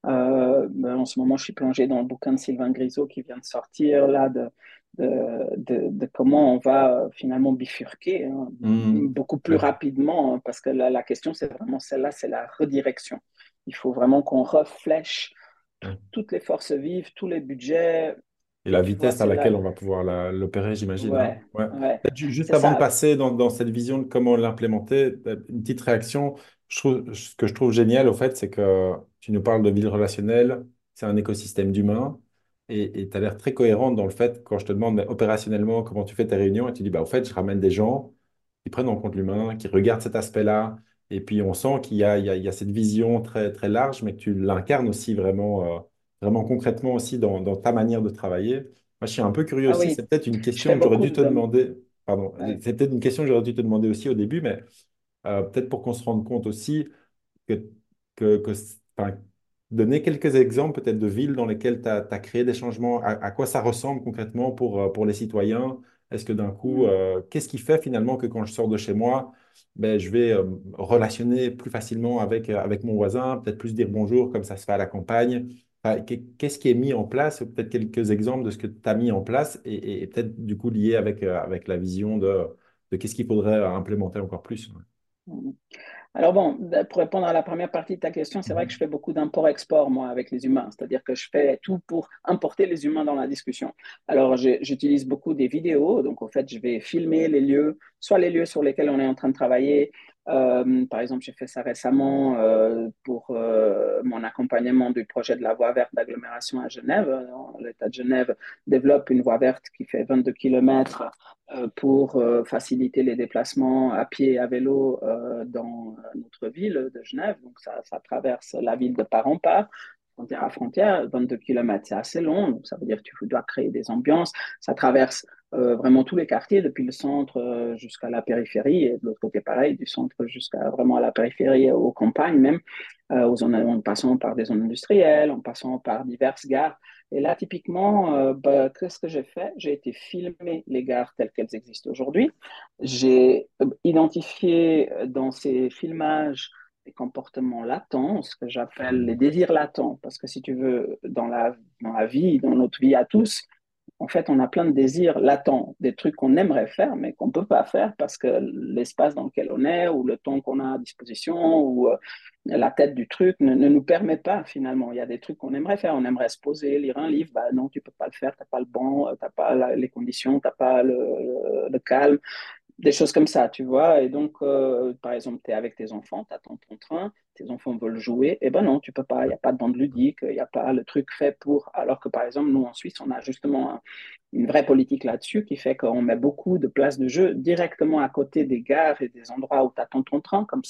[SPEAKER 2] en ce moment, je suis plongé dans le bouquin de Sylvain Grisot qui vient de sortir, là, de comment on va finalement bifurquer hein,
[SPEAKER 3] Mhm.
[SPEAKER 2] beaucoup plus
[SPEAKER 3] Ouais.
[SPEAKER 2] rapidement, hein, parce que la question, c'est vraiment celle-là, c'est la redirection. Il faut vraiment qu'on reflèche
[SPEAKER 3] Ouais.
[SPEAKER 2] toutes les forces vives, tous les budgets,
[SPEAKER 3] Et
[SPEAKER 2] et
[SPEAKER 3] la
[SPEAKER 2] tu vois,
[SPEAKER 3] vitesse à
[SPEAKER 2] c'est là...
[SPEAKER 3] laquelle on va pouvoir l'opérer, j'imagine, hein.
[SPEAKER 2] Ouais,
[SPEAKER 3] Ouais.
[SPEAKER 2] ouais,
[SPEAKER 3] Peut-être juste
[SPEAKER 2] c'est
[SPEAKER 3] avant de
[SPEAKER 2] ça.
[SPEAKER 3] passer dans cette vision de comment l'implémenter, une petite réaction. Ce que je trouve génial, au fait, c'est que tu nous parles de ville relationnelle, c'est un écosystème d'humains, et tu as l'air très cohérente dans le fait, quand je te demande mais opérationnellement comment tu fais tes réunions, et tu dis, bah, au fait, je ramène des gens qui prennent en compte l'humain, qui regardent cet aspect-là, et puis on sent il y a cette vision très, très large, mais que tu l'incarnes aussi vraiment concrètement aussi dans ta manière de travailler. Moi, je suis un peu curieux
[SPEAKER 2] Ah
[SPEAKER 3] aussi. C'est
[SPEAKER 2] oui,
[SPEAKER 3] peut-être une
[SPEAKER 2] je
[SPEAKER 3] question
[SPEAKER 2] fais
[SPEAKER 3] que j'aurais
[SPEAKER 2] beaucoup
[SPEAKER 3] dû te
[SPEAKER 2] de...
[SPEAKER 3] demander. Pardon,
[SPEAKER 2] Ouais.
[SPEAKER 3] c'est peut-être une question que j'aurais dû te demander aussi au début, mais peut-être pour qu'on se rende compte aussi que, enfin, donner quelques exemples peut-être de villes dans lesquelles tu as créé des changements, à quoi ça ressemble concrètement pour les citoyens. Est-ce que d'un coup,
[SPEAKER 2] Mm.
[SPEAKER 3] qu'est-ce qui fait finalement que quand je sors de chez moi, ben, je vais relationner plus facilement avec mon voisin, peut-être plus dire bonjour comme ça se fait à la campagne. Enfin, qu'est-ce qui est mis en place? Peut-être quelques exemples de ce que tu as mis en place et peut-être du coup lié avec la vision de qu'est-ce qu'il faudrait implémenter encore plus. Ouais.
[SPEAKER 2] Mm. Alors bon, pour répondre à la première partie de ta question, c'est vrai que je
[SPEAKER 3] Mhm.
[SPEAKER 2] fais beaucoup d'import-export, moi, avec les humains. C'est-à-dire que je fais tout pour importer les humains dans la discussion. Alors, j'utilise beaucoup des vidéos. Donc, en fait, je vais filmer les lieux, soit les lieux sur lesquels on est en train de travailler. Par exemple, j'ai fait ça récemment pour mon accompagnement du projet de la voie verte d'agglomération à Genève. L'État de Genève développe une voie verte qui fait 22 kilomètres pour faciliter les déplacements à pied et à vélo dans notre ville de Genève. Donc, ça traverse la ville de part en part, frontière à frontière, 22 kilomètres, c'est assez long. Donc, ça veut dire que tu dois créer des ambiances. Ça traverse vraiment tous les quartiers, depuis le centre jusqu'à la périphérie, et de l'autre côté, pareil, du centre jusqu'à vraiment à la périphérie, aux campagnes même, en passant par des zones industrielles, en passant par diverses gares. Et là, typiquement, bah, qu'est-ce que j'ai fait? J'ai été filmer les gares telles qu'elles existent aujourd'hui. J'ai identifié dans ces filmages des comportements latents, ce que j'appelle les désirs latents, parce que si tu veux, dans la vie, dans notre vie à tous, en fait, on a plein de désirs latents, des trucs qu'on aimerait faire, mais qu'on ne peut pas faire parce que l'espace dans lequel on est, ou le temps qu'on a à disposition, ou la tête du truc ne nous permet pas finalement. Il y a des trucs qu'on aimerait faire, on aimerait se poser, lire un livre, bah non, tu ne peux pas le faire, tu n'as pas le banc, tu n'as pas les conditions, tu n'as pas le calme, des choses comme ça, tu vois. Et donc, par exemple, tu es avec tes enfants, tu attends ton train, tes enfants veulent jouer, et ben non, tu peux pas, il n'y a pas de bande ludique, il n'y a pas le truc fait pour. Alors que par exemple, nous en Suisse, on a justement une vraie politique là-dessus qui fait qu'on met beaucoup de places de jeu directement à côté des gares et des endroits où tu attends ton train. Comme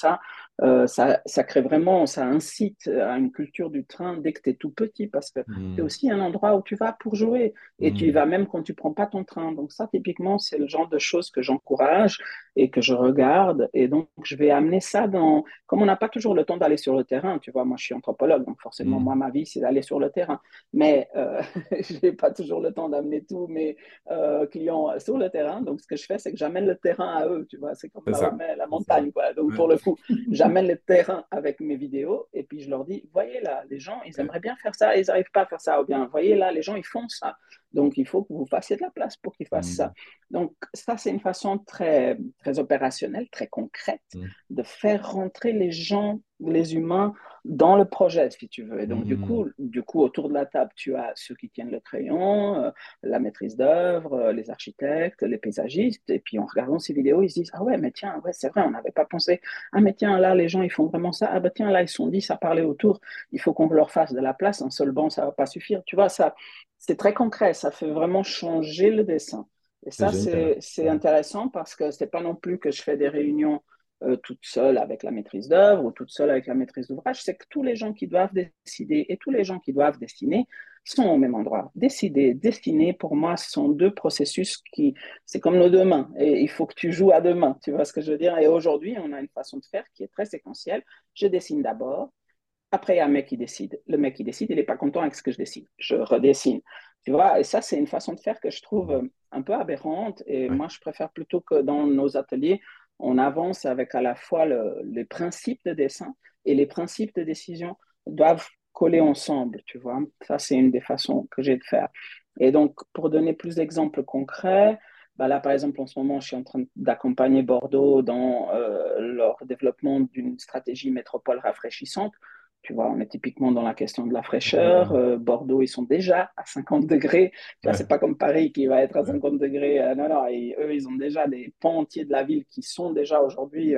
[SPEAKER 2] ça crée vraiment, ça incite à une culture du train dès que tu es tout petit parce que c'est
[SPEAKER 3] Hmm.
[SPEAKER 2] aussi un endroit où tu vas pour jouer et tu y
[SPEAKER 3] Hmm.
[SPEAKER 2] vas même quand tu prends pas ton train. Donc ça, typiquement, c'est le genre de choses que j'encourage et que je regarde. Et donc, je vais amener ça dans... Comme on n'a pas toujours le temps d'aller sur le terrain, tu vois, moi, je suis anthropologue, donc forcément, moi,
[SPEAKER 3] Hmm.
[SPEAKER 2] ma vie, c'est d'aller sur le terrain. Mais je n'ai pas toujours le temps d'amener tous mes clients sur le terrain. Donc, ce que je fais, c'est que j'amène le terrain à eux, tu vois. C'est comme
[SPEAKER 3] C'est
[SPEAKER 2] là où on
[SPEAKER 3] ça.
[SPEAKER 2] met la
[SPEAKER 3] C'est ça.
[SPEAKER 2] montagne, quoi. Donc,
[SPEAKER 3] Ouais.
[SPEAKER 2] pour le coup, j'amène le terrain avec mes vidéos et puis je leur dis, voyez là, les gens, ils
[SPEAKER 3] Ouais.
[SPEAKER 2] aimeraient bien faire ça, ils n'arrivent pas à faire ça. Ou bien, voyez là, les gens, ils font ça. Donc, il faut que vous fassiez de la place pour qu'ils fassent
[SPEAKER 3] Hmm.
[SPEAKER 2] ça. Donc, ça, c'est une façon très, très opérationnelle, très concrète
[SPEAKER 3] Hmm.
[SPEAKER 2] de faire rentrer les gens, les humains, dans le projet, si tu veux. Et donc,
[SPEAKER 3] Hmm.
[SPEAKER 2] du coup, autour de la table, tu as ceux qui tiennent le crayon, la maîtrise d'œuvre, les architectes, les paysagistes. Et puis, en regardant ces vidéos, ils se disent, ah ouais, mais tiens, ouais, c'est vrai, on n'avait pas pensé. Ah, mais tiens, là, les gens, ils font vraiment ça. Ah, bah tiens, là, ils se sont dit, ça parlait autour. Il faut qu'on leur fasse de la place. Un seul banc, ça ne va pas suffire. Tu vois, ça, c'est très concret. Ça fait vraiment changer le dessin. Et
[SPEAKER 3] C'est
[SPEAKER 2] ça,
[SPEAKER 3] génial.
[SPEAKER 2] c'est intéressant parce que c'est pas non plus que je fais des réunions toute seule avec la maîtrise d'œuvre ou toute seule avec la maîtrise d'ouvrage, c'est que tous les gens qui doivent décider et tous les gens qui doivent dessiner sont au même endroit. Décider, dessiner, pour moi, ce sont deux processus qui, c'est comme nos deux mains, et il faut que tu joues à deux mains, tu vois ce que je veux dire? Et aujourd'hui, on a une façon de faire qui est très séquentielle. Je dessine d'abord, après, il y a un mec qui décide. Le mec qui décide, il n'est pas content avec ce que je décide. Je redessine. Tu vois, et ça, c'est une façon de faire que je trouve
[SPEAKER 3] Hmm.
[SPEAKER 2] un peu aberrante. Et
[SPEAKER 3] Ouais.
[SPEAKER 2] moi, je préfère plutôt que dans nos ateliers, on avance avec à la fois les principes de dessin et les principes de décision doivent coller ensemble, tu vois. Ça, c'est une des façons que j'ai de faire. Et donc, pour donner plus d'exemples concrets, bah là, par exemple, en ce moment, je suis en train d'accompagner Bordeaux dans leur développement d'une stratégie métropole rafraîchissante. Tu vois, on est typiquement dans la question de la fraîcheur.
[SPEAKER 3] Hmm.
[SPEAKER 2] Bordeaux, ils sont déjà à 50 degrés. Tu vois, c'est
[SPEAKER 3] Ouais.
[SPEAKER 2] pas comme Paris qui va être à
[SPEAKER 3] Ouais.
[SPEAKER 2] 50 degrés. Non, non, et eux, ils ont déjà des pans entiers de la ville qui sont déjà aujourd'hui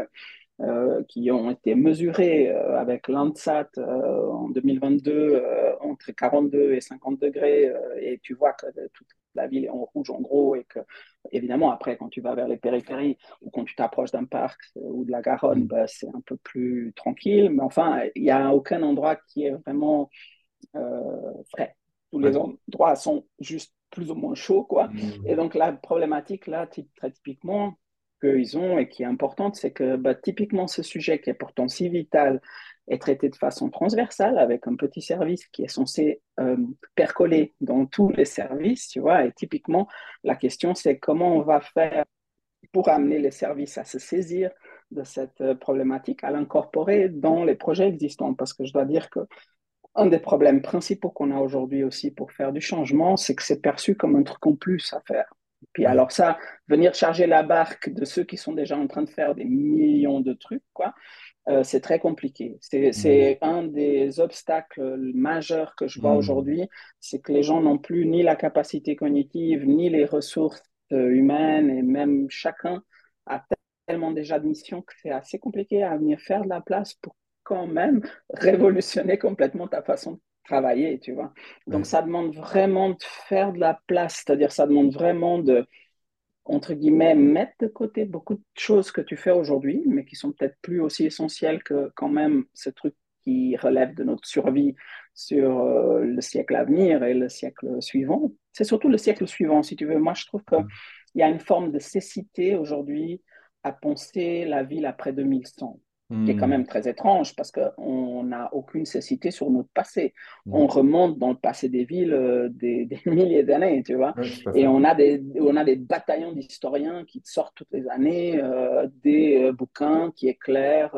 [SPEAKER 2] qui ont été mesurés avec l'Andsat en 2022 entre 42 et 50 degrés. Et tu vois que toute la ville est en rouge en gros et que, évidemment, après, quand tu vas vers les périphéries ou quand tu t'approches d'un parc ou de la Garonne,
[SPEAKER 3] Hmm.
[SPEAKER 2] bah, c'est un peu plus tranquille. Mais enfin, il n'y a aucun endroit qui est vraiment frais. Tous les
[SPEAKER 3] Ouais.
[SPEAKER 2] endroits sont juste plus ou moins chauds, quoi. Et
[SPEAKER 3] Hmm.
[SPEAKER 2] donc, la problématique, là, très typiquement, qu'ils ont et qui est importante, c'est que bah, typiquement, ce sujet qui est pourtant si vital est traité de façon transversale avec un petit service qui est censé percoler dans tous les services, tu vois. Et typiquement, la question, c'est comment on va faire pour amener les services à se saisir de cette problématique, à l'incorporer dans les projets existants. Parce que je dois dire que un des problèmes principaux qu'on a aujourd'hui aussi pour faire du changement, c'est que c'est perçu comme un truc en plus à faire. Puis
[SPEAKER 3] Ouais.
[SPEAKER 2] alors ça, venir charger la barque de ceux qui sont déjà en train de faire des millions de trucs, quoi, c'est très compliqué.
[SPEAKER 3] Hmm.
[SPEAKER 2] C'est un des obstacles majeurs que je vois
[SPEAKER 3] Hmm.
[SPEAKER 2] aujourd'hui, c'est que les gens n'ont plus ni la capacité cognitive, ni les ressources humaines, et même chacun a tellement déjà de missions que c'est assez compliqué à venir faire de la place pour quand même révolutionner complètement ta façon de travailler, tu vois. Donc
[SPEAKER 3] Ouais.
[SPEAKER 2] ça demande vraiment de faire de la place, c'est-à-dire ça demande vraiment de entre guillemets, mettre de côté beaucoup de choses que tu fais aujourd'hui, mais qui sont peut-être plus aussi essentielles que quand même ce truc qui relève de notre survie sur le siècle à venir et le siècle suivant. C'est surtout le siècle suivant, si tu veux. Moi, je trouve qu'il y a une forme de cécité aujourd'hui à penser la ville après 2100, qui est quand
[SPEAKER 3] Hmm.
[SPEAKER 2] même très étrange parce qu'on n'a aucune cécité sur notre passé.
[SPEAKER 3] Hmm.
[SPEAKER 2] On remonte dans le passé des villes des milliers d'années, tu vois.
[SPEAKER 3] Ouais, tout à
[SPEAKER 2] Et
[SPEAKER 3] fait.
[SPEAKER 2] on a des bataillons d'historiens qui sortent toutes les années des bouquins qui éclairent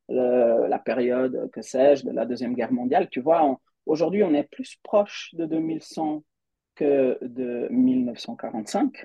[SPEAKER 2] la période, que sais-je, de la Deuxième Guerre mondiale. Tu vois, aujourd'hui, on est plus proche de 2100 que de 1945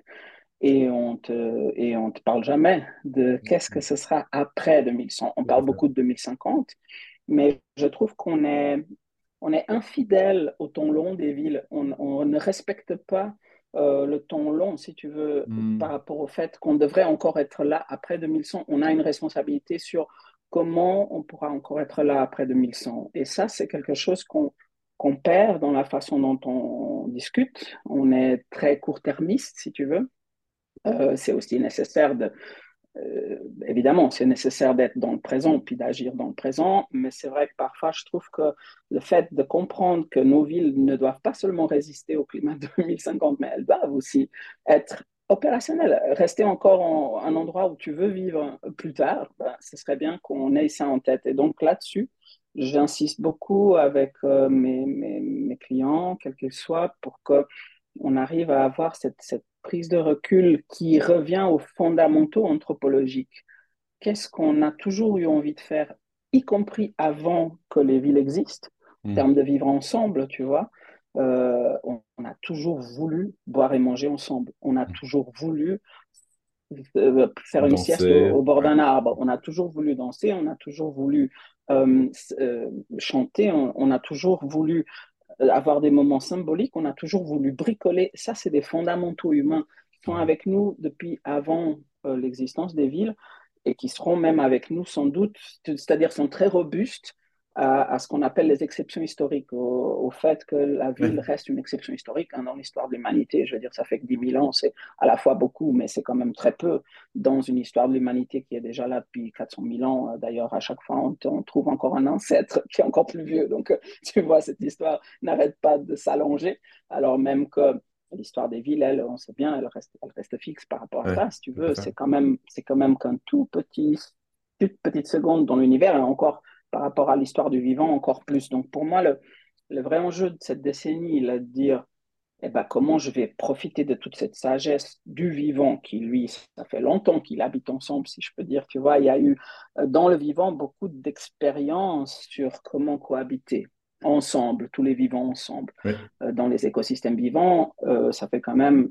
[SPEAKER 2] et on te parle jamais de qu'est-ce que ce sera après 2100. On
[SPEAKER 3] Tout à
[SPEAKER 2] parle
[SPEAKER 3] fait.
[SPEAKER 2] beaucoup de 2050, mais je trouve on est infidèle au temps long des villes. On ne respecte pas le temps long, si tu veux, par
[SPEAKER 3] Hmm.
[SPEAKER 2] rapport au fait qu'on devrait encore être là après 2100. On a une responsabilité sur comment on pourra encore être là après 2100. Et ça, c'est quelque chose qu'on perd dans la façon dont on discute. On est très court-termiste, si tu veux. C'est aussi nécessaire évidemment, c'est nécessaire d'être dans le présent puis d'agir dans le présent, mais c'est vrai que parfois, je trouve que le fait de comprendre que nos villes ne doivent pas seulement résister au climat de 2050, mais elles doivent aussi être opérationnelles, rester encore un endroit où tu veux vivre plus tard, ben, ce serait bien qu'on ait ça en tête. Et donc là-dessus, j'insiste beaucoup avec mes clients, quels qu'ils soient, pour que on arrive à avoir cette prise de recul qui revient aux fondamentaux anthropologiques. Qu'est-ce qu'on a toujours eu envie de faire, y compris avant que les villes existent, en
[SPEAKER 3] Hmm.
[SPEAKER 2] termes de vivre ensemble, tu vois. On a toujours voulu boire et manger ensemble. On a toujours voulu faire une sieste
[SPEAKER 3] Danser,
[SPEAKER 2] au bord
[SPEAKER 3] ouais.
[SPEAKER 2] d'un arbre. On a toujours voulu danser, on a toujours voulu euh, chanter, on a toujours voulu avoir des moments symboliques, on a toujours voulu bricoler. Ça, c'est des fondamentaux humains qui sont
[SPEAKER 3] Hmm.
[SPEAKER 2] avec nous depuis avant l'existence des villes et qui seront même avec nous sans doute, c'est-à-dire sont très robustes à ce qu'on appelle les exceptions historiques, au fait que la ville
[SPEAKER 3] Ouais.
[SPEAKER 2] reste une exception historique hein, dans l'histoire de l'humanité. Je veux dire, ça fait que 10 000 ans, c'est à la fois beaucoup, mais c'est quand même très peu dans une histoire de l'humanité qui est déjà là depuis 400 000 ans. D'ailleurs, à chaque fois, on trouve encore un ancêtre qui est encore plus vieux. Donc, tu vois, cette histoire n'arrête pas de s'allonger, alors même que l'histoire des villes, elle, on sait bien, elle reste fixe par rapport à
[SPEAKER 3] Ouais,
[SPEAKER 2] ça, si tu
[SPEAKER 3] tout à
[SPEAKER 2] veux.
[SPEAKER 3] fait.
[SPEAKER 2] C'est quand même qu'un toute petite seconde dans l'univers, et encore par rapport à l'histoire du vivant, encore plus. Donc pour moi, le vrai enjeu de cette décennie, il est de dire eh ben, comment je vais profiter de toute cette sagesse du vivant qui, lui, ça fait longtemps qu'il habite ensemble, si je peux dire. Tu vois, il y a eu dans le vivant beaucoup d'expériences sur comment cohabiter ensemble, tous les vivants ensemble.
[SPEAKER 3] Oui.
[SPEAKER 2] Dans les écosystèmes vivants, ça fait quand même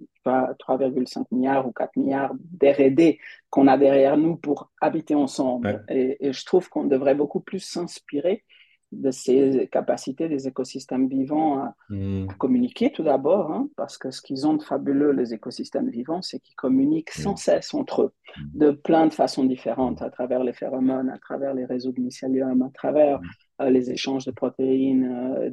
[SPEAKER 2] 3,5 milliards ou 4 milliards d'R&D qu'on a derrière nous pour habiter ensemble.
[SPEAKER 3] Ouais.
[SPEAKER 2] Et je trouve qu'on devrait beaucoup plus s'inspirer de ces capacités des écosystèmes vivants à
[SPEAKER 3] Hmm.
[SPEAKER 2] communiquer tout d'abord, hein, parce que ce qu'ils ont de fabuleux, les écosystèmes vivants, c'est qu'ils communiquent sans
[SPEAKER 3] Oui.
[SPEAKER 2] cesse entre eux,
[SPEAKER 3] Hmm.
[SPEAKER 2] de plein de façons différentes,
[SPEAKER 3] Hmm.
[SPEAKER 2] à travers les phéromones, à travers les réseaux de mycélium, à travers les échanges de protéines.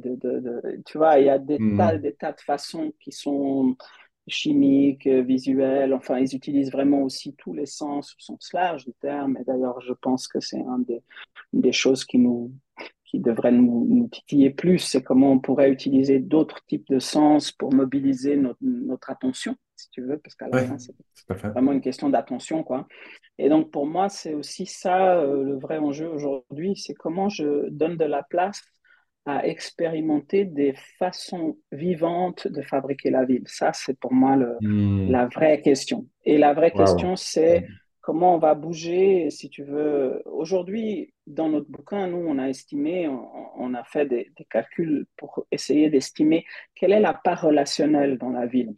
[SPEAKER 2] Tu vois, il y a
[SPEAKER 3] Hmm.
[SPEAKER 2] des tas de façons qui sont chimiques, visuelles, enfin, ils utilisent vraiment aussi tous les sens au sens large du terme, et d'ailleurs, je pense que c'est une des choses qui devrait nous titiller plus, c'est comment on pourrait utiliser d'autres types de sens pour mobiliser notre attention, si tu veux, parce qu'à la
[SPEAKER 3] Ouais,
[SPEAKER 2] fin, c'est
[SPEAKER 3] tout à fait.
[SPEAKER 2] vraiment une question d'attention, quoi. Et donc, pour moi, c'est aussi ça, le vrai enjeu aujourd'hui, c'est comment je donne de la place à expérimenter des façons vivantes de fabriquer la ville. Ça, c'est pour moi
[SPEAKER 3] Hmm.
[SPEAKER 2] la vraie question. Et la vraie
[SPEAKER 3] Waouh.
[SPEAKER 2] question, c'est comment on va bouger, si tu veux. Aujourd'hui, dans notre bouquin, nous, on a estimé, on a fait des calculs pour essayer d'estimer quelle est la part relationnelle dans la ville.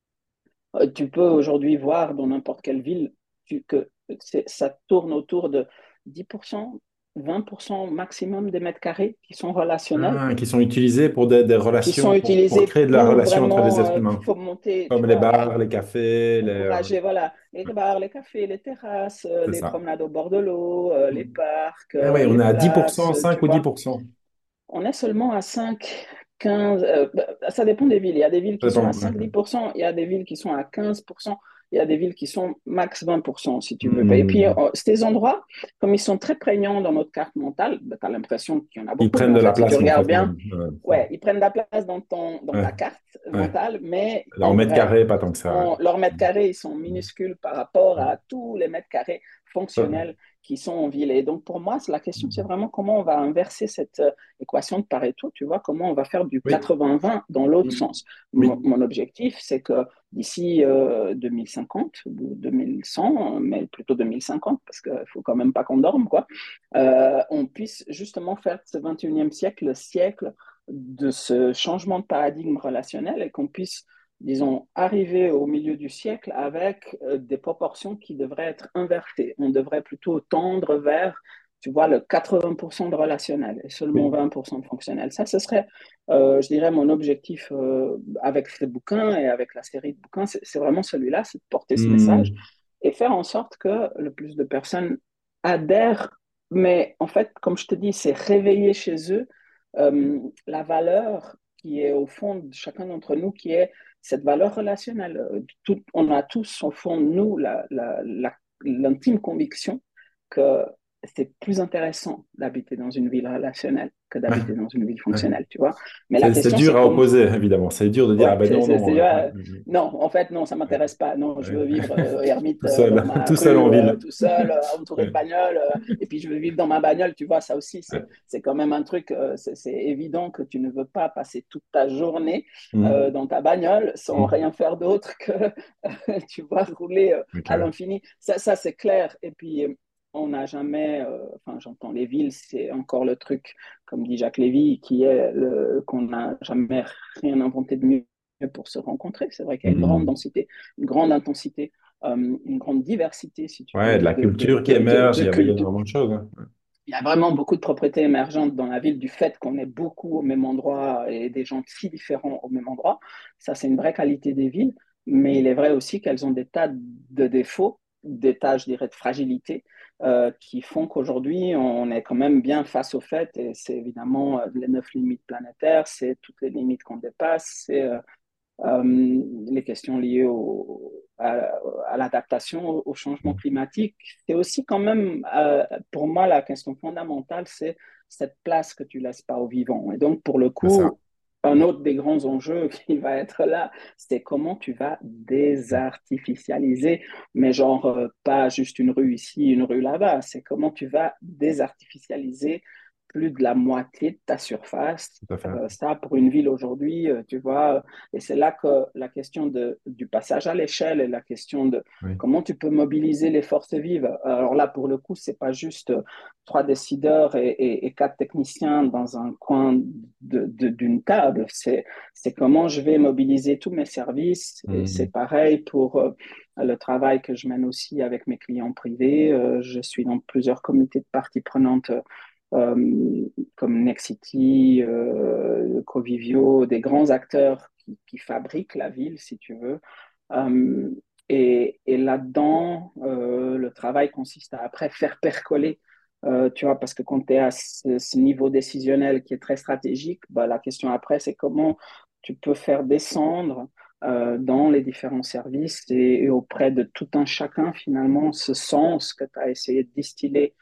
[SPEAKER 2] Tu peux aujourd'hui voir dans n'importe quelle ville que ça tourne autour de 10%, 20% maximum des mètres carrés qui sont relationnels,
[SPEAKER 3] Ah, qui sont utilisés pour des
[SPEAKER 2] qui sont
[SPEAKER 3] relations, pour
[SPEAKER 2] utilisés
[SPEAKER 3] créer de la
[SPEAKER 2] pour
[SPEAKER 3] relation entre les
[SPEAKER 2] vraiment
[SPEAKER 3] êtres humains,
[SPEAKER 2] fomenter, tu
[SPEAKER 3] comme les
[SPEAKER 2] vois,
[SPEAKER 3] bars, les cafés,
[SPEAKER 2] encourager, voilà, les bars, les cafés, les terrasses,
[SPEAKER 3] c'est
[SPEAKER 2] les
[SPEAKER 3] ça.
[SPEAKER 2] promenades au bord de l'eau, les parcs,
[SPEAKER 3] Ah oui, on
[SPEAKER 2] les
[SPEAKER 3] est à
[SPEAKER 2] places,
[SPEAKER 3] 10%,
[SPEAKER 2] tu
[SPEAKER 3] 5 ou dix
[SPEAKER 2] vois.
[SPEAKER 3] pour cent.
[SPEAKER 2] On est seulement à 5, 15, ça dépend des villes. Il y a des villes
[SPEAKER 3] Ça
[SPEAKER 2] qui sont
[SPEAKER 3] dépend.
[SPEAKER 2] à
[SPEAKER 3] Ouais.
[SPEAKER 2] 5-10%, il y a des villes qui sont à 15%, il y a des villes qui sont max 20%, si tu veux. Et puis,
[SPEAKER 3] Hmm.
[SPEAKER 2] ces endroits, comme ils sont très prégnants dans notre carte mentale, tu as l'impression qu'il y en a
[SPEAKER 3] Ils
[SPEAKER 2] beaucoup, mais
[SPEAKER 3] prennent
[SPEAKER 2] en
[SPEAKER 3] de la
[SPEAKER 2] fait, si tu
[SPEAKER 3] place
[SPEAKER 2] regardes
[SPEAKER 3] concrètement.
[SPEAKER 2] bien, ouais, ils prennent de la place dans
[SPEAKER 3] Ouais,
[SPEAKER 2] ta carte
[SPEAKER 3] ouais.
[SPEAKER 2] mentale, mais
[SPEAKER 3] Alors, en
[SPEAKER 2] en
[SPEAKER 3] mètre
[SPEAKER 2] vrai,
[SPEAKER 3] carré, pas tant que ça.
[SPEAKER 2] leurs mètres carrés, ils sont
[SPEAKER 3] Ouais.
[SPEAKER 2] minuscules par rapport à tous les mètres carrés fonctionnels qui sont en ville. Et donc, pour moi, la question, c'est vraiment comment on va inverser cette équation de Pareto, tu vois, comment on va faire du
[SPEAKER 3] Oui,
[SPEAKER 2] 80-20 dans l'autre sens.
[SPEAKER 3] oui.
[SPEAKER 2] Mon objectif, c'est que d'ici 2050 ou 2100, mais plutôt 2050, parce qu'il ne faut quand même pas qu'on dorme, quoi, on puisse justement faire ce 21e siècle le siècle de ce changement de paradigme relationnel et qu'on puisse disons, arriver au milieu du siècle avec des proportions qui devraient être inversées. On devrait plutôt tendre vers, tu vois, le 80% de relationnel et seulement
[SPEAKER 3] Oui.
[SPEAKER 2] 20% de fonctionnel. Ça, ce serait, je dirais, mon objectif avec ce bouquin et avec la série de bouquins. C'est vraiment celui-là, c'est de porter ce message
[SPEAKER 3] Hmm.
[SPEAKER 2] et faire en sorte que le plus de personnes adhèrent. Mais en fait, comme je te dis, c'est réveiller chez eux la valeur qui est au fond de chacun d'entre nous, qui est cette valeur relationnelle. On a tous au fond de nous l'intime conviction que c'est plus intéressant d'habiter dans une ville relationnelle que
[SPEAKER 3] Ouais,
[SPEAKER 2] d'habiter dans une ville
[SPEAKER 3] ouais.
[SPEAKER 2] fonctionnelle, tu vois. Mais la
[SPEAKER 3] C'est
[SPEAKER 2] question,
[SPEAKER 3] dur
[SPEAKER 2] c'est
[SPEAKER 3] à
[SPEAKER 2] comment.
[SPEAKER 3] opposer, évidemment. C'est dur de dire, ah
[SPEAKER 2] Ouais,
[SPEAKER 3] ben non, non.
[SPEAKER 2] non, en fait, non, ça
[SPEAKER 3] Ouais,
[SPEAKER 2] m'intéresse pas. Non, je
[SPEAKER 3] ouais.
[SPEAKER 2] veux vivre ermite
[SPEAKER 3] Tout seul,
[SPEAKER 2] dans ma
[SPEAKER 3] tout seul en
[SPEAKER 2] rue,
[SPEAKER 3] ville.
[SPEAKER 2] tout seul, entouré de
[SPEAKER 3] Ouais,
[SPEAKER 2] bagnoles, et puis je veux vivre dans ma bagnole, tu vois, ça aussi,
[SPEAKER 3] ouais.
[SPEAKER 2] c'est quand même un truc, c'est évident que tu ne veux pas passer toute ta journée
[SPEAKER 3] Mhm.
[SPEAKER 2] dans ta bagnole sans
[SPEAKER 3] Mhm.
[SPEAKER 2] rien faire d'autre que, tu vois, rouler
[SPEAKER 3] Ouais,
[SPEAKER 2] à
[SPEAKER 3] clair.
[SPEAKER 2] l'infini. Ça c'est clair. Et puis, on n'a jamais, enfin, j'entends les villes, c'est encore le truc, comme dit Jacques Lévy, qui est qu'on n'a jamais rien inventé de mieux pour se rencontrer. C'est vrai qu'il y a une grande
[SPEAKER 3] Mhm.
[SPEAKER 2] densité, une grande intensité, une grande diversité, si tu
[SPEAKER 3] Ouais,
[SPEAKER 2] veux,
[SPEAKER 3] de la culture qui émerge,
[SPEAKER 2] de
[SPEAKER 3] il y a
[SPEAKER 2] culture.
[SPEAKER 3] énormément de choses, hein.
[SPEAKER 2] Il y a vraiment beaucoup de propriétés émergentes dans la ville du fait qu'on est beaucoup au même endroit et des gens si différents au même endroit. Ça, c'est une vraie qualité des villes, mais il est vrai aussi qu'elles ont des tas de défauts, des tas, je dirais, de fragilité qui font qu'aujourd'hui, on est quand même bien face au fait, et c'est évidemment les 9 limites planétaires, c'est toutes les limites qu'on dépasse, c'est les questions liées à l'adaptation au changement
[SPEAKER 3] Mhm.
[SPEAKER 2] climatique. C'est aussi quand même, pour moi, la question fondamentale, c'est cette place que tu laisses pas aux vivants. Et donc, pour le
[SPEAKER 3] C'est ça.
[SPEAKER 2] coup, un autre des grands enjeux qui va être là, c'est comment tu vas désartificialiser, mais genre pas juste une rue ici, une rue là-bas, c'est comment tu vas désartificialiser plus de la moitié de ta surface.
[SPEAKER 3] Tout à fait.
[SPEAKER 2] Ça, pour une ville aujourd'hui, tu vois, et c'est là que la question du passage à l'échelle et la question de
[SPEAKER 3] Oui.
[SPEAKER 2] comment tu peux mobiliser les forces vives. Alors là, pour le coup, c'est pas juste trois décideurs et quatre techniciens dans un coin d'une table. C'est comment je vais mobiliser tous mes services. Et c'est
[SPEAKER 3] Mhm.
[SPEAKER 2] pareil pour le travail que je mène aussi avec mes clients privés. Je suis dans plusieurs comités de parties prenantes comme Nexity, Covivio, des grands acteurs qui fabriquent la ville, si tu veux. Euh, et là-dedans, le travail consiste à après faire percoler, tu vois, parce que quand tu es à ce niveau décisionnel qui est très stratégique, bah, la question après, c'est comment tu peux faire descendre dans les différents services et auprès de tout un chacun, finalement, ce sens que tu as essayé de distiller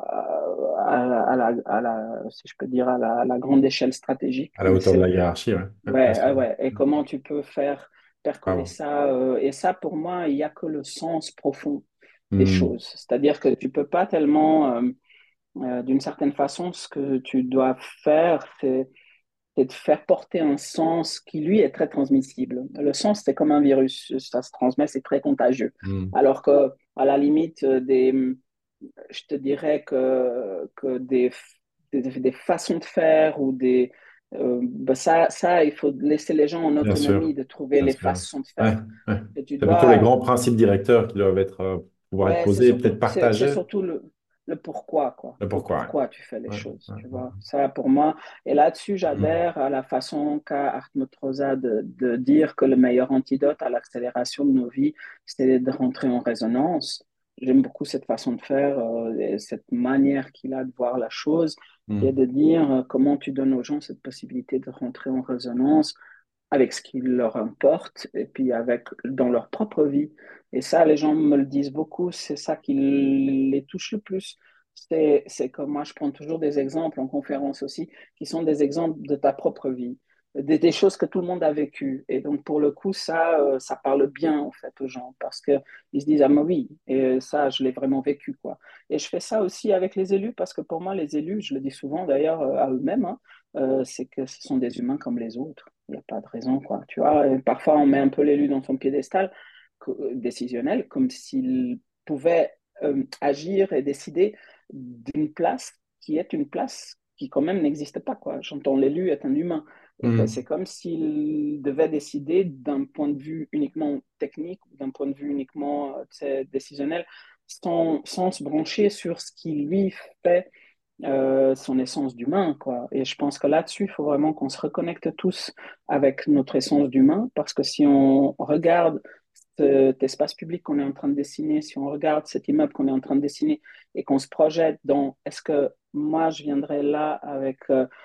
[SPEAKER 2] si je peux dire, à la grande échelle stratégique.
[SPEAKER 3] À la
[SPEAKER 2] Mais
[SPEAKER 3] hauteur de
[SPEAKER 2] c'est,
[SPEAKER 3] la hiérarchie, ouais. Ouais, bien
[SPEAKER 2] ouais,
[SPEAKER 3] sûr.
[SPEAKER 2] ouais. Et comment tu peux faire percoler
[SPEAKER 3] Bravo.
[SPEAKER 2] ça et ça, pour moi, il n'y a que le sens profond des
[SPEAKER 3] Mhm.
[SPEAKER 2] choses. C'est-à-dire que tu peux pas tellement, d'une certaine façon, ce que tu dois faire, c'est de faire porter un sens qui, lui, est très transmissible. Le sens, c'est comme un virus, ça se transmet, c'est très contagieux.
[SPEAKER 3] Mhm.
[SPEAKER 2] Alors que, à la limite, je te dirais que des façons de faire ou bah ça, il faut laisser les gens en
[SPEAKER 3] Bien sûr.
[SPEAKER 2] autonomie de trouver
[SPEAKER 3] Bien
[SPEAKER 2] les
[SPEAKER 3] sûr.
[SPEAKER 2] façons de
[SPEAKER 3] Ouais,
[SPEAKER 2] faire.
[SPEAKER 3] ouais.
[SPEAKER 2] Et tu
[SPEAKER 3] C'est plutôt les
[SPEAKER 2] dois,
[SPEAKER 3] grands principes directeurs qui doivent être, pouvoir être
[SPEAKER 2] ouais,
[SPEAKER 3] posés et peut-être
[SPEAKER 2] c'est
[SPEAKER 3] partagés.
[SPEAKER 2] surtout le pourquoi, quoi.
[SPEAKER 3] Le
[SPEAKER 2] Le
[SPEAKER 3] pourquoi.
[SPEAKER 2] pourquoi tu fais les
[SPEAKER 3] Ouais,
[SPEAKER 2] choses,
[SPEAKER 3] ouais,
[SPEAKER 2] tu
[SPEAKER 3] ouais,
[SPEAKER 2] vois. Ça, pour moi, et là-dessus,
[SPEAKER 3] ouais.
[SPEAKER 2] j'adhère à la façon qu'a Hartmut Rosa de dire que le meilleur antidote à l'accélération de nos vies, c'est de rentrer en résonance. J'aime beaucoup cette façon de faire, et cette manière qu'il a de voir la chose, qui est
[SPEAKER 3] Mhm.
[SPEAKER 2] de dire comment tu donnes aux gens cette possibilité de rentrer en résonance avec ce qui leur importe et puis avec dans leur propre vie. Et ça, les gens me le disent beaucoup, c'est ça qui les touche le plus. C'est comme moi, je prends toujours des exemples en conférence aussi, qui sont des exemples de ta propre vie, des choses que tout le monde a vécues. Et donc, pour le coup, ça parle bien, en fait, aux gens, parce qu'ils se disent, ah, mais oui, et ça, je l'ai vraiment vécu, quoi. Et je fais ça aussi avec les élus, parce que pour moi, les élus, je le dis souvent d'ailleurs à eux-mêmes, hein, c'est que ce sont des humains comme les autres. Il n'y a pas de raison, quoi. Tu vois, et parfois on met un peu l'élu dans son piédestal décisionnel, comme s'il pouvait agir et décider d'une place qui est une place qui quand même n'existe pas, quoi. J'entends l'élu est un humain. Et que c'est
[SPEAKER 3] Hmm.
[SPEAKER 2] comme s'il devait décider d'un point de vue uniquement technique, d'un point de vue uniquement décisionnel, sans se brancher sur ce qui lui fait son essence d'humain, quoi. Et je pense que là-dessus, il faut vraiment qu'on se reconnecte tous avec notre essence d'humain, parce que si on regarde cet espace public qu'on est en train de dessiner, si on regarde cet immeuble qu'on est en train de dessiner et qu'on se projette dans est-ce que moi je viendrai là avec